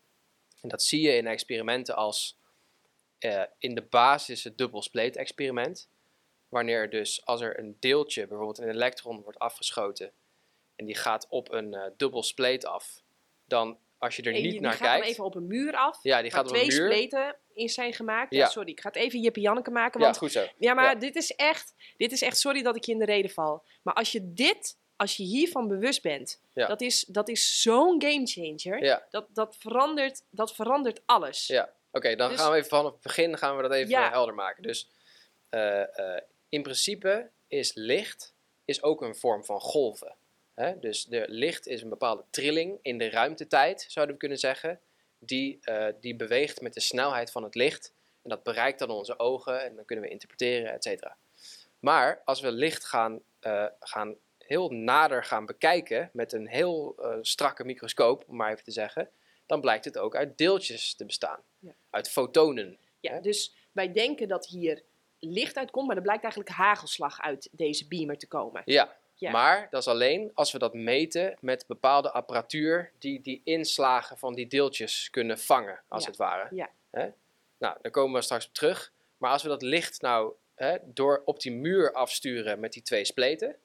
En dat zie je in experimenten als uh, in de basis het dubbelspleet-experiment. Wanneer dus als er een deeltje, bijvoorbeeld een elektron, wordt afgeschoten en die gaat op een uh, dubbelspleet af, dan als je er hey, niet die naar gaat kijkt... Die gaat even op een muur af, ja, die gaat op twee een muur. spleten in zijn gemaakt. Ja. Ja. Ja, sorry, ik ga het even Jippe Janneke maken. Want, ja, goed zo. Ja, maar ja. Dit, is echt, dit is echt, sorry dat ik je in de reden val. Maar als je dit... Als je hiervan bewust bent, ja. dat is, dat is zo'n gamechanger. Ja. Dat, dat, verandert, dat verandert alles. Ja, oké, okay, dan dus, gaan we even vanaf het begin gaan we dat even ja. helder maken. Dus uh, uh, in principe is licht is ook een vorm van golven. Hè? Dus de licht is een bepaalde trilling in de ruimtetijd, zouden we kunnen zeggen. Die, uh, die beweegt met de snelheid van het licht. En dat bereikt dan onze ogen en dan kunnen we interpreteren, et cetera. Maar als we licht gaan, uh, gaan heel nader gaan bekijken met een heel uh, strakke microscoop, om maar even te zeggen, dan blijkt het ook uit deeltjes te bestaan. Ja. Uit fotonen. Ja, hè? Dus wij denken dat hier licht uitkomt, maar er blijkt eigenlijk hagelslag uit deze beamer te komen. Ja, Ja. Maar dat is alleen als we dat meten met bepaalde apparatuur die die inslagen van die deeltjes kunnen vangen, als Ja. het ware. Ja. Hè? Nou, daar komen we straks op terug. Maar als we dat licht nou hè, door op die muur afsturen met die twee spleten,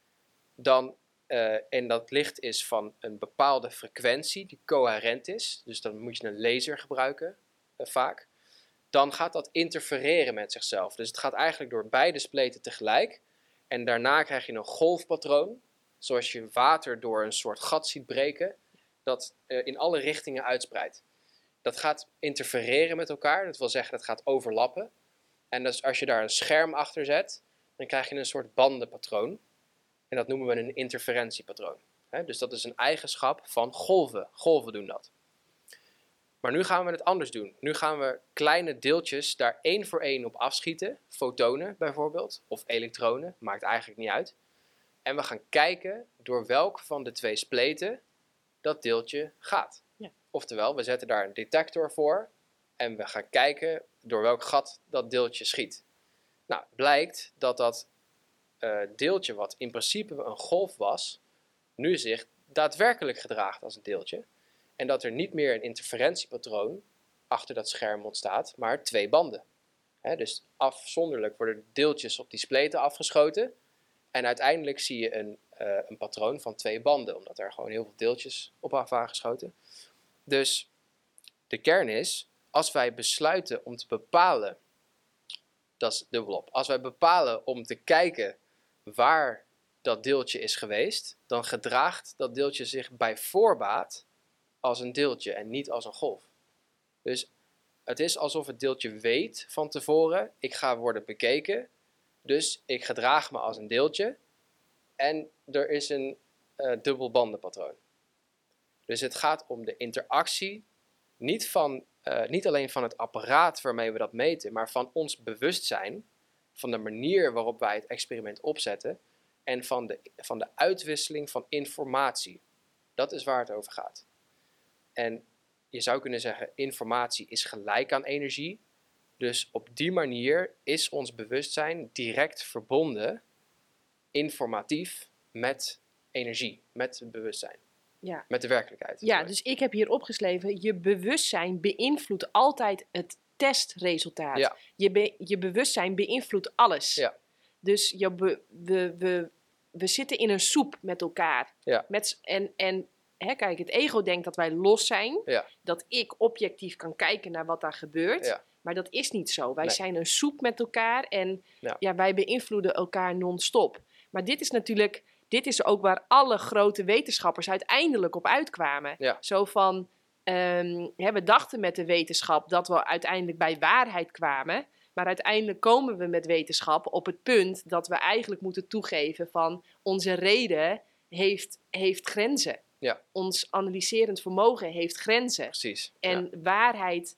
dan, uh, en dat licht is van een bepaalde frequentie die coherent is, dus dan moet je een laser gebruiken, uh, vaak, dan gaat dat interfereren met zichzelf. Dus het gaat eigenlijk door beide spleten tegelijk. En daarna krijg je een golfpatroon, zoals je water door een soort gat ziet breken, dat uh, in alle richtingen uitspreidt. Dat gaat interfereren met elkaar, dat wil zeggen dat gaat overlappen. En dus als je daar een scherm achter zet, dan krijg je een soort bandenpatroon. En dat noemen we een interferentiepatroon. He, dus dat is een eigenschap van golven. Golven doen dat. Maar nu gaan we het anders doen. Nu gaan we kleine deeltjes daar één voor één op afschieten. Fotonen bijvoorbeeld, of elektronen, maakt eigenlijk niet uit. En we gaan kijken door welk van de twee spleten dat deeltje gaat. Ja. Oftewel, we zetten daar een detector voor en we gaan kijken door welk gat dat deeltje schiet. Nou, blijkt dat dat uh, deeltje wat in principe een golf was, nu zich daadwerkelijk gedraagt als een deeltje. En dat er niet meer een interferentiepatroon achter dat scherm ontstaat, maar twee banden. He, dus afzonderlijk worden deeltjes op die spleten afgeschoten. En uiteindelijk zie je een, uh, een patroon van twee banden, omdat er gewoon heel veel deeltjes op af waren geschoten. Dus de kern is, als wij besluiten om te bepalen, dat is dubbelop, als wij bepalen om te kijken waar dat deeltje is geweest, dan gedraagt dat deeltje zich bij voorbaat als een deeltje en niet als een golf. Dus het is alsof het deeltje weet van tevoren, ik ga worden bekeken, dus ik gedraag me als een deeltje en er is een uh, dubbel bandenpatroon. Dus het gaat om de interactie, niet, van, uh, niet alleen van het apparaat waarmee we dat meten, maar van ons bewustzijn, van de manier waarop wij het experiment opzetten en van de, van de uitwisseling van informatie. Dat is waar het over gaat. En je zou kunnen zeggen, informatie is gelijk aan energie. Dus op die manier is ons bewustzijn direct verbonden, informatief, met energie, met het bewustzijn. Ja. Met de werkelijkheid. Ja, sorry. Dus ik heb hier opgeschreven, je bewustzijn beïnvloedt altijd het testresultaat. Ja. Je, be, je bewustzijn beïnvloedt alles. Ja. Dus je be, we, we, we zitten in een soep met elkaar. Ja. Met, en... en He, kijk, het ego denkt dat wij los zijn. Ja. Dat ik objectief kan kijken naar wat daar gebeurt. Ja. Maar dat is niet zo. Wij nee. zijn een soep met elkaar. En ja. Ja, wij beïnvloeden elkaar non-stop. Maar dit is natuurlijk... Dit is ook waar alle grote wetenschappers uiteindelijk op uitkwamen. Ja. Zo van... Um, he, we dachten met de wetenschap dat we uiteindelijk bij waarheid kwamen. Maar uiteindelijk komen we met wetenschap op het punt dat we eigenlijk moeten toegeven van... Onze reden heeft, heeft grenzen. Ja. Ons analyserend vermogen heeft grenzen. Precies. En ja. waarheid,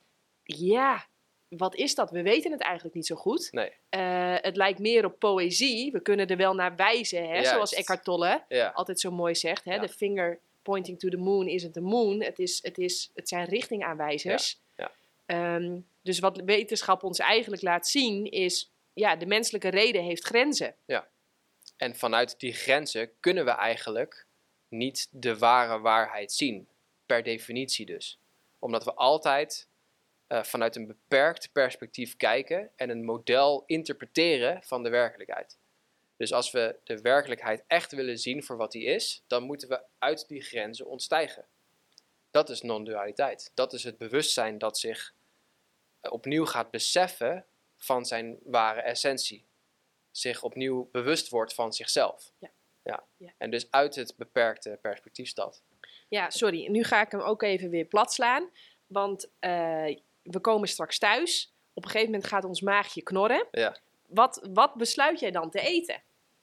ja, wat is dat? We weten het eigenlijk niet zo goed. Nee. Uh, het lijkt meer op poëzie. We kunnen er wel naar wijzen, hè? Zoals Eckhart Tolle ja. altijd zo mooi zegt. Hè? Ja. The finger pointing to the moon isn't the moon. Het, is, het, is, het zijn richtingaanwijzers. Ja. Ja. Um, dus wat wetenschap ons eigenlijk laat zien is... Ja, de menselijke reden heeft grenzen. Ja. En vanuit die grenzen kunnen we eigenlijk... niet de ware waarheid zien, per definitie dus. Omdat we altijd uh, vanuit een beperkt perspectief kijken en een model interpreteren van de werkelijkheid. Dus als we de werkelijkheid echt willen zien voor wat die is, dan moeten we uit die grenzen ontstijgen. Dat is non-dualiteit. Dat is het bewustzijn dat zich uh, opnieuw gaat beseffen van zijn ware essentie. Zich opnieuw bewust wordt van zichzelf. Ja. Ja. Ja, en dus uit het beperkte perspectief stapt. Ja, sorry. Nu ga ik hem ook even weer plat slaan. Want uh, we komen straks thuis. Op een gegeven moment gaat ons maagje knorren. Ja. Wat, wat besluit jij dan te eten?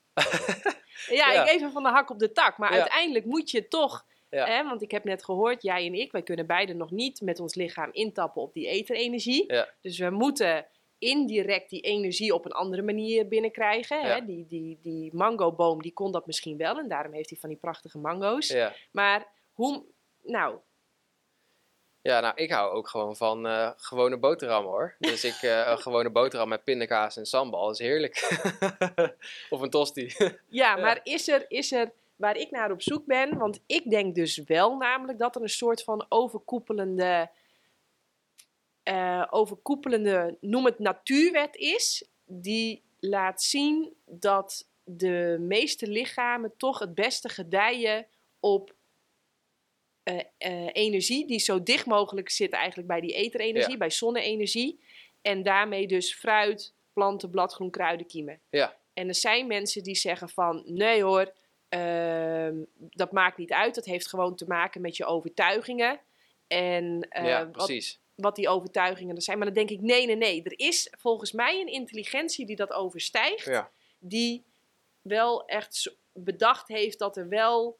ja, ja, ik even van de hak op de tak. Maar ja. uiteindelijk moet je toch... Ja. Hè, want ik heb net gehoord, jij en ik... wij kunnen beide nog niet met ons lichaam intappen op die eterenergie. Ja. Dus we moeten... indirect die energie op een andere manier binnenkrijgen. Ja. Hè? Die, die, die mangoboom, die kon dat misschien wel. En daarom heeft hij van die prachtige mango's. Ja. Maar hoe... Nou... Ja, nou, ik hou ook gewoon van uh, gewone boterhammen, hoor. Dus ik, uh, een gewone boterham met pindakaas en sambal is heerlijk. Of een tosti. Ja, maar is er, is er, waar ik naar op zoek ben, want ik denk dus wel namelijk dat er een soort van overkoepelende, uh, overkoepelende, noem het natuurwet is, die laat zien dat de meeste lichamen toch het beste gedijen op Uh, uh, energie die zo dicht mogelijk zit eigenlijk bij die eterenergie, ja. bij zonne-energie. En daarmee dus fruit, planten, bladgroen, kruiden, kiemen. Ja. En er zijn mensen die zeggen van, nee hoor, uh, dat maakt niet uit. Dat heeft gewoon te maken met je overtuigingen. En uh, ja, precies. Wat, wat die overtuigingen er zijn. Maar dan denk ik, nee, nee, nee. Er is volgens mij een intelligentie die dat overstijgt. Ja. Die wel echt bedacht heeft dat er wel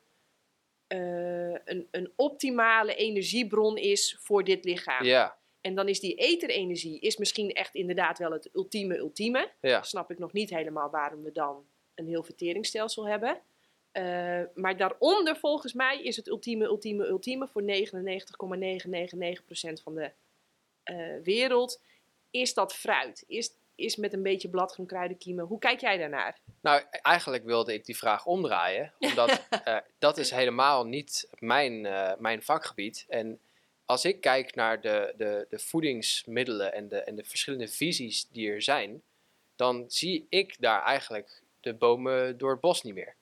Uh, een, een optimale energiebron is voor dit lichaam. Ja. En dan is die eterenergie is misschien echt inderdaad wel het ultieme ultieme. Ja. Snap ik nog niet helemaal waarom we dan een heel verteringsstelsel hebben. Uh, maar daaronder volgens mij is het ultieme ultieme ultieme voor negenennegentig komma negenhonderdnegenennegentig procent van de uh, wereld. Is dat fruit? Is is met een beetje bladgroen, kruiden, kiemen. Hoe kijk jij daarnaar? Nou, eigenlijk wilde ik die vraag omdraaien. Omdat uh, dat is helemaal niet mijn, uh, mijn vakgebied. En als ik kijk naar de, de, de voedingsmiddelen en de, en de verschillende visies die er zijn, dan zie ik daar eigenlijk de bomen door het bos niet meer.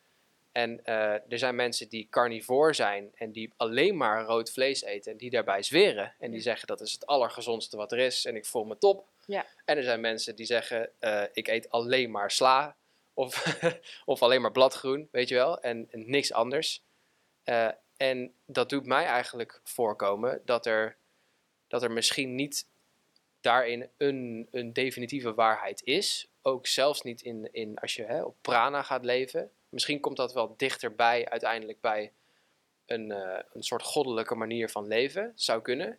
En uh, er zijn mensen die carnivoor zijn en die alleen maar rood vlees eten en die daarbij zweren. En die zeggen dat is het allergezondste wat er is en ik voel me top. Ja. En er zijn mensen die zeggen, uh, ik eet alleen maar sla of, of alleen maar bladgroen, weet je wel, en, en niks anders. Uh, en dat doet mij eigenlijk voorkomen dat er, dat er misschien niet daarin een, een definitieve waarheid is. Ook zelfs niet in, in als je hè, op prana gaat leven. Misschien komt dat wel dichterbij uiteindelijk bij een, uh, een soort goddelijke manier van leven. Zou kunnen.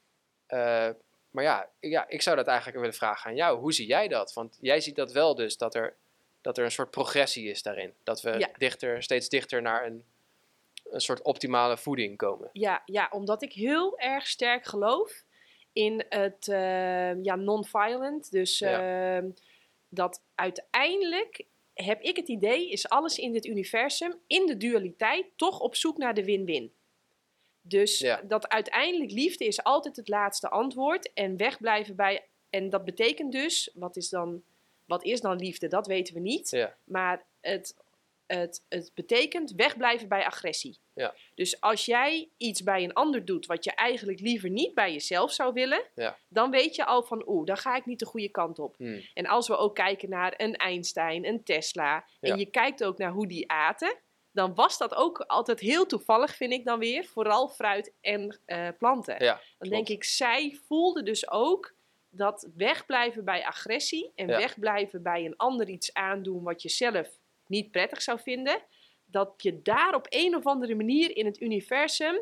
Uh, Maar ja, ja, ik zou dat eigenlijk willen vragen aan jou. Hoe zie jij dat? Want jij ziet dat wel dus, dat er, dat er een soort progressie is daarin. Dat we ja. dichter, steeds dichter naar een, een soort optimale voeding komen. Ja, ja, omdat ik heel erg sterk geloof in het uh, ja, non-violent. Dus ja. uh, dat uiteindelijk, heb ik het idee, is alles in dit universum, in de dualiteit, toch op zoek naar de win-win. Dus ja. dat uiteindelijk liefde is altijd het laatste antwoord en wegblijven bij, en dat betekent dus, wat is dan, wat is dan liefde, dat weten we niet, ja. maar het, het, het betekent wegblijven bij agressie. Ja. Dus als jij iets bij een ander doet wat je eigenlijk liever niet bij jezelf zou willen, ja. dan weet je al van oeh, dan ga ik niet de goede kant op. Hmm. En als we ook kijken naar een Einstein, een Tesla, en ja. je kijkt ook naar hoe die aten, dan was dat ook altijd heel toevallig, vind ik dan weer, vooral fruit en uh, planten. Ja, dan klopt. denk ik, zij voelde dus ook dat wegblijven bij agressie en ja. wegblijven bij een ander iets aandoen wat je zelf niet prettig zou vinden, dat je daar op een of andere manier in het universum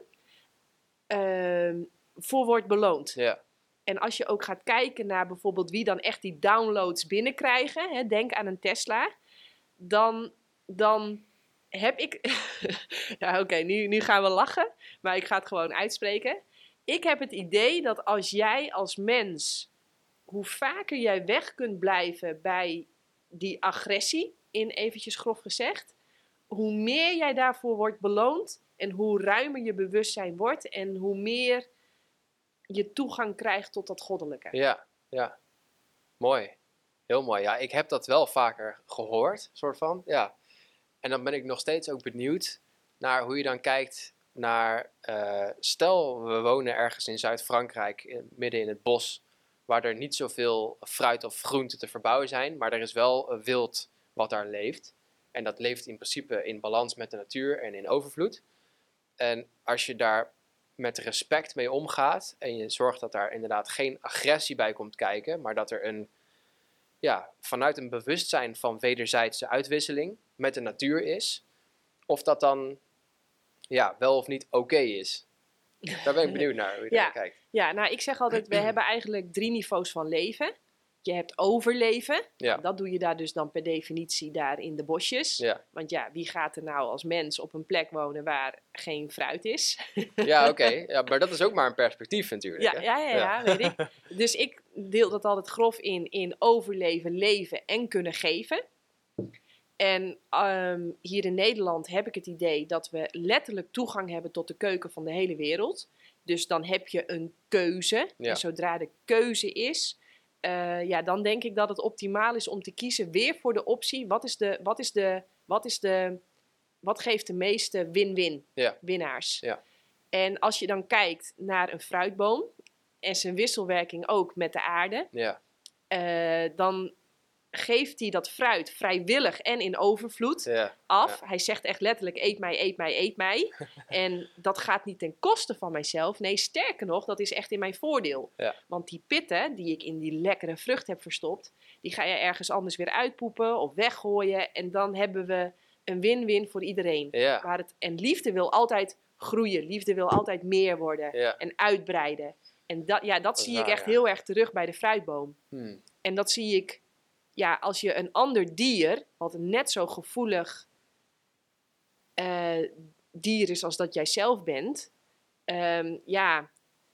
uh, voor wordt beloond. Ja. En als je ook gaat kijken naar bijvoorbeeld wie dan echt die downloads binnenkrijgen, hè, denk aan een Tesla, dan... dan heb ik... ja, oké, okay, nu, nu gaan we lachen, maar ik ga het gewoon uitspreken. Ik heb het idee dat als jij als mens, hoe vaker jij weg kunt blijven bij die agressie, in eventjes grof gezegd, hoe meer jij daarvoor wordt beloond en hoe ruimer je bewustzijn wordt en hoe meer je toegang krijgt tot dat goddelijke. Ja, ja. Mooi. Heel mooi. Ja, ik heb dat wel vaker gehoord, soort van, ja. En dan ben ik nog steeds ook benieuwd naar hoe je dan kijkt naar... Uh, stel, we wonen ergens in Zuid-Frankrijk, in, midden in het bos, waar er niet zoveel fruit of groente te verbouwen zijn, maar er is wel uh, wild wat daar leeft. En dat leeft in principe in balans met de natuur en in overvloed. En als je daar met respect mee omgaat en je zorgt dat daar inderdaad geen agressie bij komt kijken, maar dat er een... ja, vanuit een bewustzijn van wederzijdse uitwisseling met de natuur is, of dat dan ja, wel of niet oké okay is. Daar ben ik benieuwd naar, hoe je ja, naar kijkt. Ja, nou ik zeg altijd, we hebben eigenlijk drie niveaus van leven. Je hebt overleven. Ja. Nou, dat doe je daar dus dan per definitie daar in de bosjes. Ja, Want ja, wie gaat er nou als mens op een plek wonen waar geen fruit is? ja oké. Ja, maar dat is ook maar een perspectief natuurlijk. Ja, hè? ja, ja, ja, weet ik. Dus ik deel dat altijd grof in, in overleven, leven en kunnen geven. En um, hier in Nederland heb ik het idee dat we letterlijk toegang hebben tot de keuken van de hele wereld. Dus dan heb je een keuze. Ja. En zodra de keuze is, uh, ja, dan denk ik dat het optimaal is om te kiezen weer voor de optie. Wat is de, wat is de, wat is de, wat geeft de meeste win-win Ja. winnaars? Ja. En als je dan kijkt naar een fruitboom en zijn wisselwerking ook met de aarde, Ja. uh, dan geeft hij dat fruit vrijwillig en in overvloed Ja. af. Ja. Hij zegt echt letterlijk, eet mij, eet mij, eet mij. En dat gaat niet ten koste van mijzelf. Nee, sterker nog, dat is echt in mijn voordeel. Ja. Want die pitten die ik in die lekkere vrucht heb verstopt, die ga je ergens anders weer uitpoepen of weggooien. En dan hebben we een win-win voor iedereen. Ja. Waar het, en liefde wil altijd groeien. Liefde wil altijd meer worden Ja. en uitbreiden. En dat, ja, dat, Dat is zie waar, ik echt ja. heel erg terug bij de fruitboom. Hmm. En dat zie ik, ja, als je een ander dier, wat een net zo gevoelig uh, dier is als dat jij zelf bent, um, ja,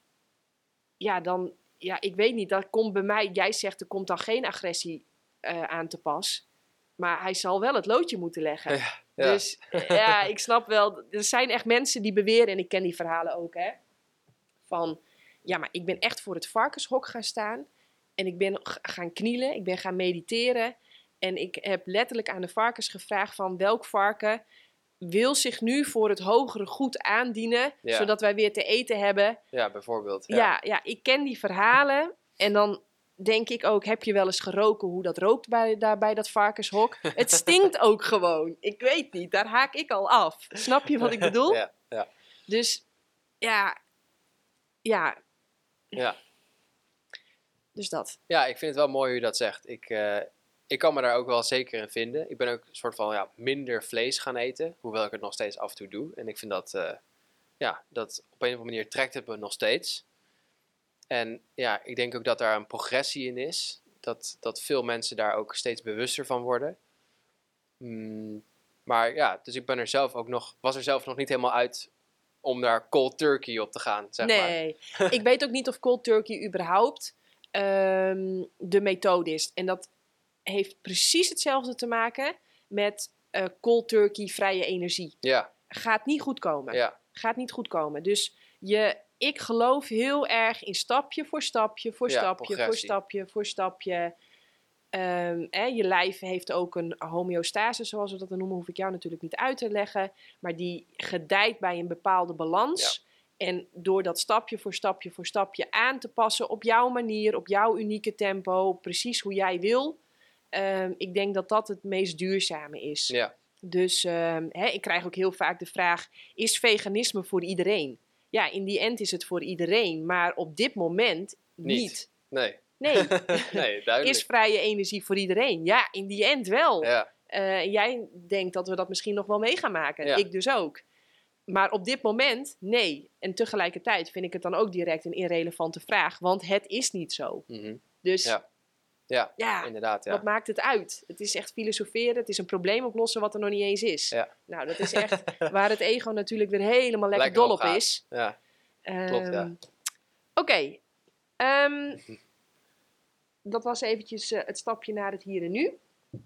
ja, dan, ja, ik weet niet, dat komt bij mij, jij zegt er komt dan geen agressie uh, aan te pas, maar hij zal wel het loodje moeten leggen. Ja. Ja. Dus ja, ik snap wel, er zijn echt mensen die beweren, en ik ken die verhalen ook, hè, van, ja, maar ik ben echt voor het varkenshok gaan staan. En ik ben gaan knielen, ik ben gaan mediteren. En ik heb letterlijk aan de varkens gevraagd van welk varken wil zich nu voor het hogere goed aandienen, Ja. zodat wij weer te eten hebben. Ja, bijvoorbeeld. Ja. Ja, ja, ik ken die verhalen. En dan denk ik ook, heb je wel eens geroken hoe dat rookt bij, daar, bij dat varkenshok? Het stinkt ook gewoon. Ik weet niet, daar haak ik al af. Snap je wat ik bedoel? Ja, ja. Dus ja, ja. Ja. Dus dat. Ja, ik vind het wel mooi hoe je dat zegt. Ik, uh, ik kan me daar ook wel zeker in vinden. Ik ben ook een soort van ja, minder vlees gaan eten. Hoewel ik het nog steeds af en toe doe. En ik vind dat, uh, ja, dat op een of andere manier trekt het me nog steeds. En ja, ik denk ook dat daar een progressie in is. Dat, dat veel mensen daar ook steeds bewuster van worden. Mm, maar ja, dus ik ben er zelf ook nog, was er zelf nog niet helemaal uit om daar cold turkey op te gaan, zeg maar. Nee, ik weet ook niet of cold turkey überhaupt Um, de methode is. En dat heeft precies hetzelfde te maken met uh, cold turkey vrije energie. Ja. Gaat niet goed komen. Ja. Gaat niet goed komen. Dus je, ik geloof heel erg in stapje voor stapje, voor ja, stapje, progressie. voor stapje, voor stapje. Um, hè, je lijf heeft ook een homeostase, zoals we dat dan noemen, hoef ik jou natuurlijk niet uit te leggen. Maar die gedijt bij een bepaalde balans. Ja. En door dat stapje voor stapje voor stapje aan te passen op jouw manier, op jouw unieke tempo, precies hoe jij wil. Um, ik denk dat dat het meest duurzame is. Ja. Dus um, hè, ik krijg ook heel vaak de vraag, is veganisme voor iedereen? Ja, in die end is het voor iedereen, maar op dit moment niet. niet. Nee. Nee. Nee, duidelijk. Is vrije energie voor iedereen? Ja, in die end wel. Ja. Uh, jij denkt dat we dat misschien nog wel mee gaan maken. Ja. Ik dus ook. Maar op dit moment, nee. En tegelijkertijd vind ik het dan ook direct een irrelevante vraag. Want het is niet zo. Mm-hmm. Dus ja. Ja, ja, inderdaad. Ja. Wat maakt het uit? Het is echt filosoferen. Het is een probleem oplossen wat er nog niet eens is. Ja. Nou, dat is echt waar het ego natuurlijk weer helemaal lekker, lekker dol op gaat. is. Ja, um, klopt, ja. Oké. Okay. Um, dat was eventjes uh, het stapje naar het hier en nu.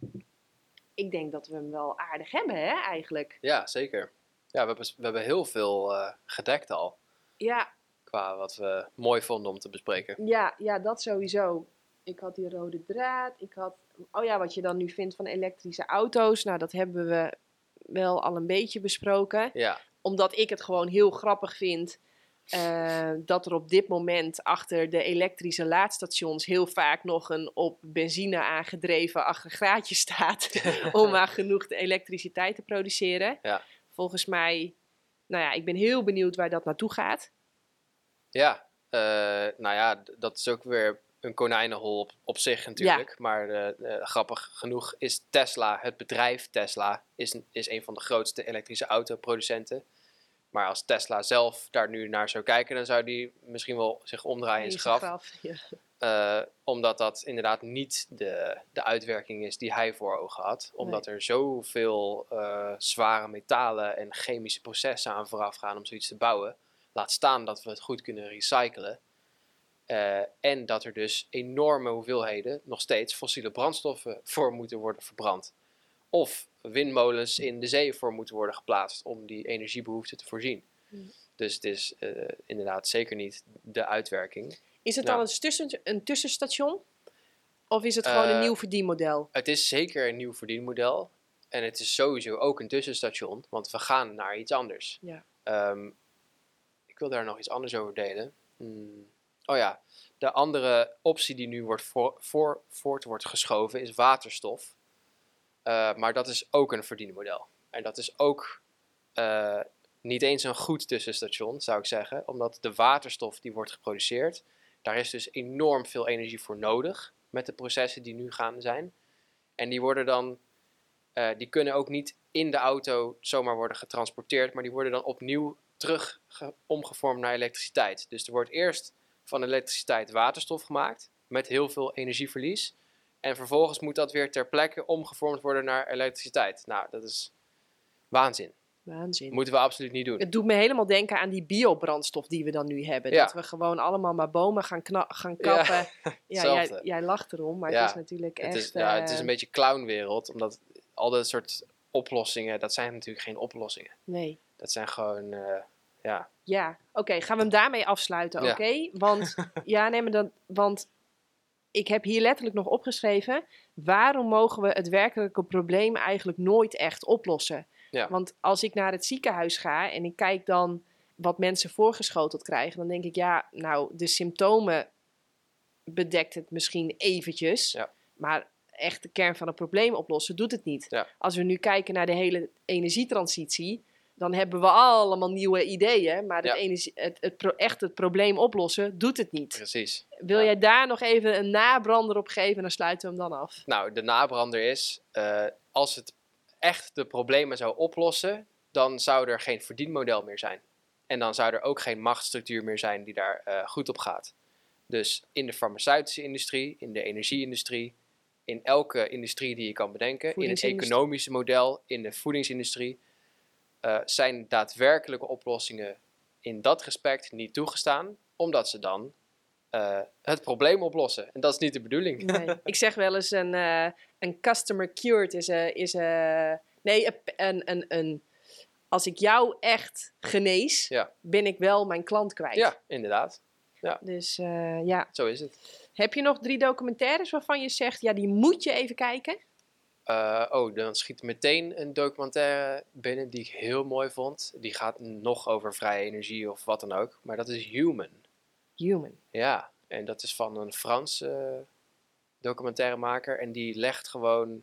Ik denk dat we hem wel aardig hebben, hè, eigenlijk. Ja, zeker. Ja, we hebben, we hebben heel veel uh, gedekt al. Ja. Qua wat we mooi vonden om te bespreken. Ja, ja, dat sowieso. Ik had die rode draad. Ik had, oh ja, wat je dan nu vindt van elektrische auto's. Nou, dat hebben we wel al een beetje besproken. Ja. Omdat ik het gewoon heel grappig vind uh, dat er op dit moment achter de elektrische laadstations heel vaak nog een op benzine aangedreven aggregaatje staat. Om maar genoeg de elektriciteit te produceren. Ja. Volgens mij, nou ja, ik ben heel benieuwd waar dat naartoe gaat. Ja, uh, nou ja, dat is ook weer een konijnenhol op, op zich natuurlijk. Ja. Maar uh, uh, grappig genoeg is Tesla, het bedrijf Tesla, is, is een van de grootste elektrische autoproducenten. Maar als Tesla zelf daar nu naar zou kijken, dan zou die misschien wel zich omdraaien in zijn graf. graf ja. Uh, omdat dat inderdaad niet de, de uitwerking is die hij voor ogen had. Omdat nee. er zoveel uh, zware metalen en chemische processen aan vooraf gaan om zoiets te bouwen. Laat staan dat we het goed kunnen recyclen. Uh, en dat er dus enorme hoeveelheden nog steeds fossiele brandstoffen voor moeten worden verbrand. Of windmolens in de zee voor moeten worden geplaatst om die energiebehoeften te voorzien. Mm. Dus het is uh, inderdaad zeker niet de uitwerking. Is het nou, dan een, tussen, een tussenstation? Of is het gewoon uh, een nieuw verdienmodel? Het is zeker een nieuw verdienmodel. En het is sowieso ook een tussenstation, want we gaan naar iets anders. Ja. Um, ik wil daar nog iets anders over delen. Hmm. Oh ja, de andere optie die nu wordt voor, voor, voort wordt geschoven is waterstof. Uh, maar dat is ook een verdienmodel. En dat is ook uh, niet eens een goed tussenstation, zou ik zeggen. Omdat de waterstof die wordt geproduceerd, daar is dus enorm veel energie voor nodig met de processen die nu gaande zijn. En die worden dan, uh, die kunnen ook niet in de auto zomaar worden getransporteerd, maar die worden dan opnieuw terug ge- omgevormd naar elektriciteit. Dus er wordt eerst van elektriciteit waterstof gemaakt met heel veel energieverlies. En vervolgens moet dat weer ter plekke omgevormd worden naar elektriciteit. Nou, dat is waanzin. Waanzin. Moeten we absoluut niet doen. Het doet me helemaal denken aan die biobrandstof die we dan nu hebben. Ja. Dat we gewoon allemaal maar bomen gaan, kna- gaan kappen. Ja, ja jij, jij lacht erom, maar ja. het is natuurlijk het echt... Is, ja, uh... het is een beetje clownwereld. Omdat al dat soort oplossingen, dat zijn natuurlijk geen oplossingen. Nee. Dat zijn gewoon, uh, ja... Ja, oké. Okay, gaan we hem daarmee afsluiten, oké? Okay? Ja. Want, ja, nee, maar dan... Want ik heb hier letterlijk nog opgeschreven... waarom mogen we het werkelijke probleem eigenlijk nooit echt oplossen? Ja. Want als ik naar het ziekenhuis ga en ik kijk dan wat mensen voorgeschoteld krijgen... dan denk ik, ja, nou, de symptomen bedekt het misschien eventjes... Ja. maar echt de kern van het probleem oplossen doet het niet. Ja. Als we nu kijken naar de hele energietransitie... dan hebben we allemaal nieuwe ideeën... maar ja. het energie, het, het pro, echt het probleem oplossen doet het niet. Precies. Wil ja. jij daar nog even een nabrander op geven... en dan sluiten we hem dan af? Nou, de nabrander is... Uh, als het echt de problemen zou oplossen... dan zou er geen verdienmodel meer zijn. En dan zou er ook geen machtsstructuur meer zijn... die daar uh, goed op gaat. Dus in de farmaceutische industrie... in de energie-industrie... in elke industrie die je kan bedenken... in het economische model... in de voedingsindustrie... Uh, zijn daadwerkelijke oplossingen in dat respect niet toegestaan, omdat ze dan uh, het probleem oplossen. En dat is niet de bedoeling. Nee. Ik zeg wel eens een, uh, een customer cured is een... Is een nee, een, een, een, als ik jou echt genees, ja. ben ik wel mijn klant kwijt. Ja, inderdaad. Ja. Dus uh, ja. Zo is het. Heb je nog drie documentaires waarvan je zegt, ja, die moet je even kijken? Uh, oh, dan schiet meteen een documentaire binnen die ik heel mooi vond. Die gaat nog over vrije energie of wat dan ook. Maar dat is Human. Human. Ja, en dat is van een Franse uh, documentairemaker. En die legt gewoon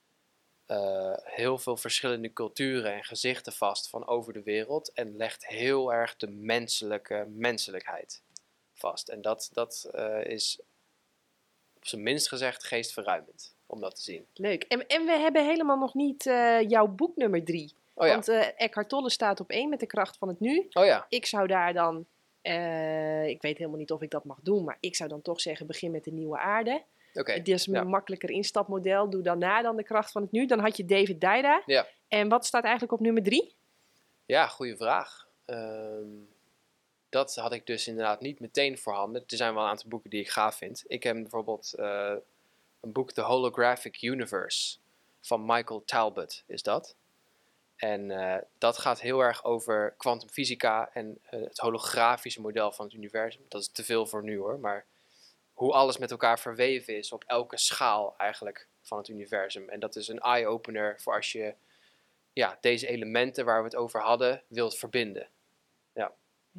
uh, heel veel verschillende culturen en gezichten vast van over de wereld. En legt heel erg de menselijke menselijkheid vast. En dat, dat uh, is op zijn minst gezegd geestverruimend. Om dat te zien. Leuk. En, en we hebben helemaal nog niet uh, jouw boek nummer drie. Oh ja. Want uh, Eckhart Tolle staat op één met de kracht van het nu. Oh ja. Ik zou daar dan, uh, ik weet helemaal niet of ik dat mag doen, maar ik zou dan toch zeggen, begin met de nieuwe aarde. Oké. Okay. Het is een ja. makkelijker instapmodel. Doe daarna dan de kracht van het nu. Dan had je David Deida. Ja. En wat staat eigenlijk op nummer drie? Ja, goede vraag. Um, dat had ik dus inderdaad niet meteen voorhanden. Er zijn wel een aantal boeken die ik gaaf vind. Ik heb bijvoorbeeld... Uh, een boek, The Holographic Universe, van Michael Talbot is dat. En uh, dat gaat heel erg over kwantumfysica en uh, het holografische model van het universum. Dat is te veel voor nu hoor, maar hoe alles met elkaar verweven is op elke schaal eigenlijk van het universum. En dat is een eye-opener voor als je ja, deze elementen waar we het over hadden wilt verbinden. Ja.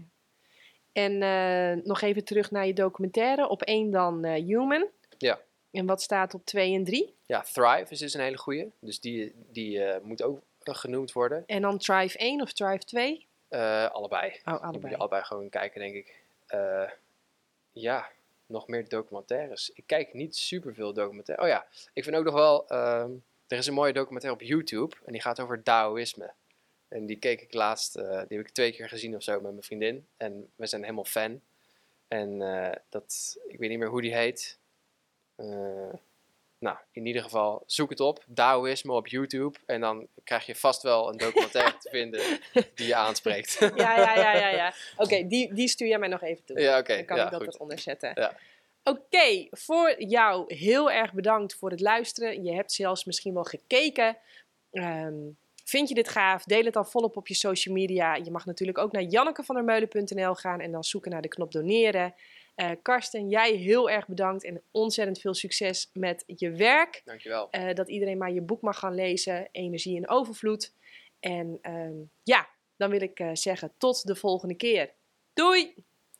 En uh, nog even terug naar je documentaire. Op één dan uh, Human. Ja. En wat staat op twee en drie? Ja, Thrive is dus een hele goeie. Dus die, die uh, moet ook uh, genoemd worden. En dan Thrive één of Thrive twee? Uh, allebei. Oh, allebei. Die moet je allebei gewoon kijken, denk ik. Uh, ja, nog meer documentaires. Ik kijk niet superveel documentaires. Oh ja, ik vind ook nog wel... Uh, er is een mooie documentaire op YouTube. En die gaat over Taoïsme. En die keek ik laatst, uh, die heb ik twee keer gezien of zo met mijn vriendin. En we zijn helemaal fan. En uh, dat, ik weet niet meer hoe die heet. Uh, nou, in ieder geval, zoek het op. Daoïsme op YouTube. En dan krijg je vast wel een documentaire te vinden die je aanspreekt. Ja, ja, ja, ja. ja. Oké, okay, die, die stuur jij mij nog even toe. Ja, oké. Okay. Dan kan ja, ik dat goed. eronder zetten. Ja. Oké, okay, voor jou heel erg bedankt voor het luisteren. Je hebt zelfs misschien wel gekeken. Um, vind je dit gaaf? Deel het dan volop op je social media. Je mag natuurlijk ook naar jannekevandermeulen punt n l gaan en dan zoeken naar de knop doneren. Uh, Karsten, jij heel erg bedankt en ontzettend veel succes met je werk. Dankjewel. Uh, dat iedereen maar je boek mag gaan lezen, Energie in Overvloed. En um, ja, dan wil ik uh, zeggen tot de volgende keer. Doei!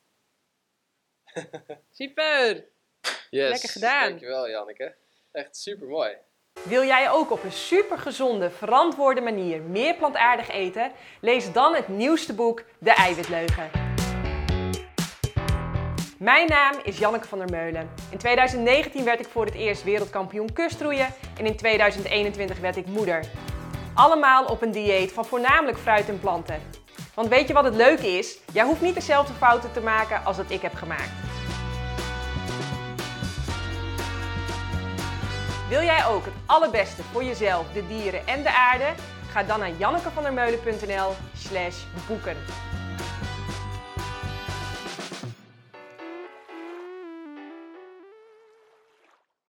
Super! Yes, lekker gedaan. Dankjewel Janneke. Echt super mooi. Wil jij ook op een supergezonde, verantwoorde manier meer plantaardig eten? Lees dan het nieuwste boek De Eiwitleugen. Mijn naam is Janneke van der Meulen. In tweeduizend negentien werd ik voor het eerst wereldkampioen kustroeien en in tweeduizend eenentwintig werd ik moeder. Allemaal op een dieet van voornamelijk fruit en planten. Want weet je wat het leuke is? Jij hoeft niet dezelfde fouten te maken als dat ik heb gemaakt. Wil jij ook het allerbeste voor jezelf, de dieren en de aarde? Ga dan naar jannekevandermeulen punt n l slash boeken.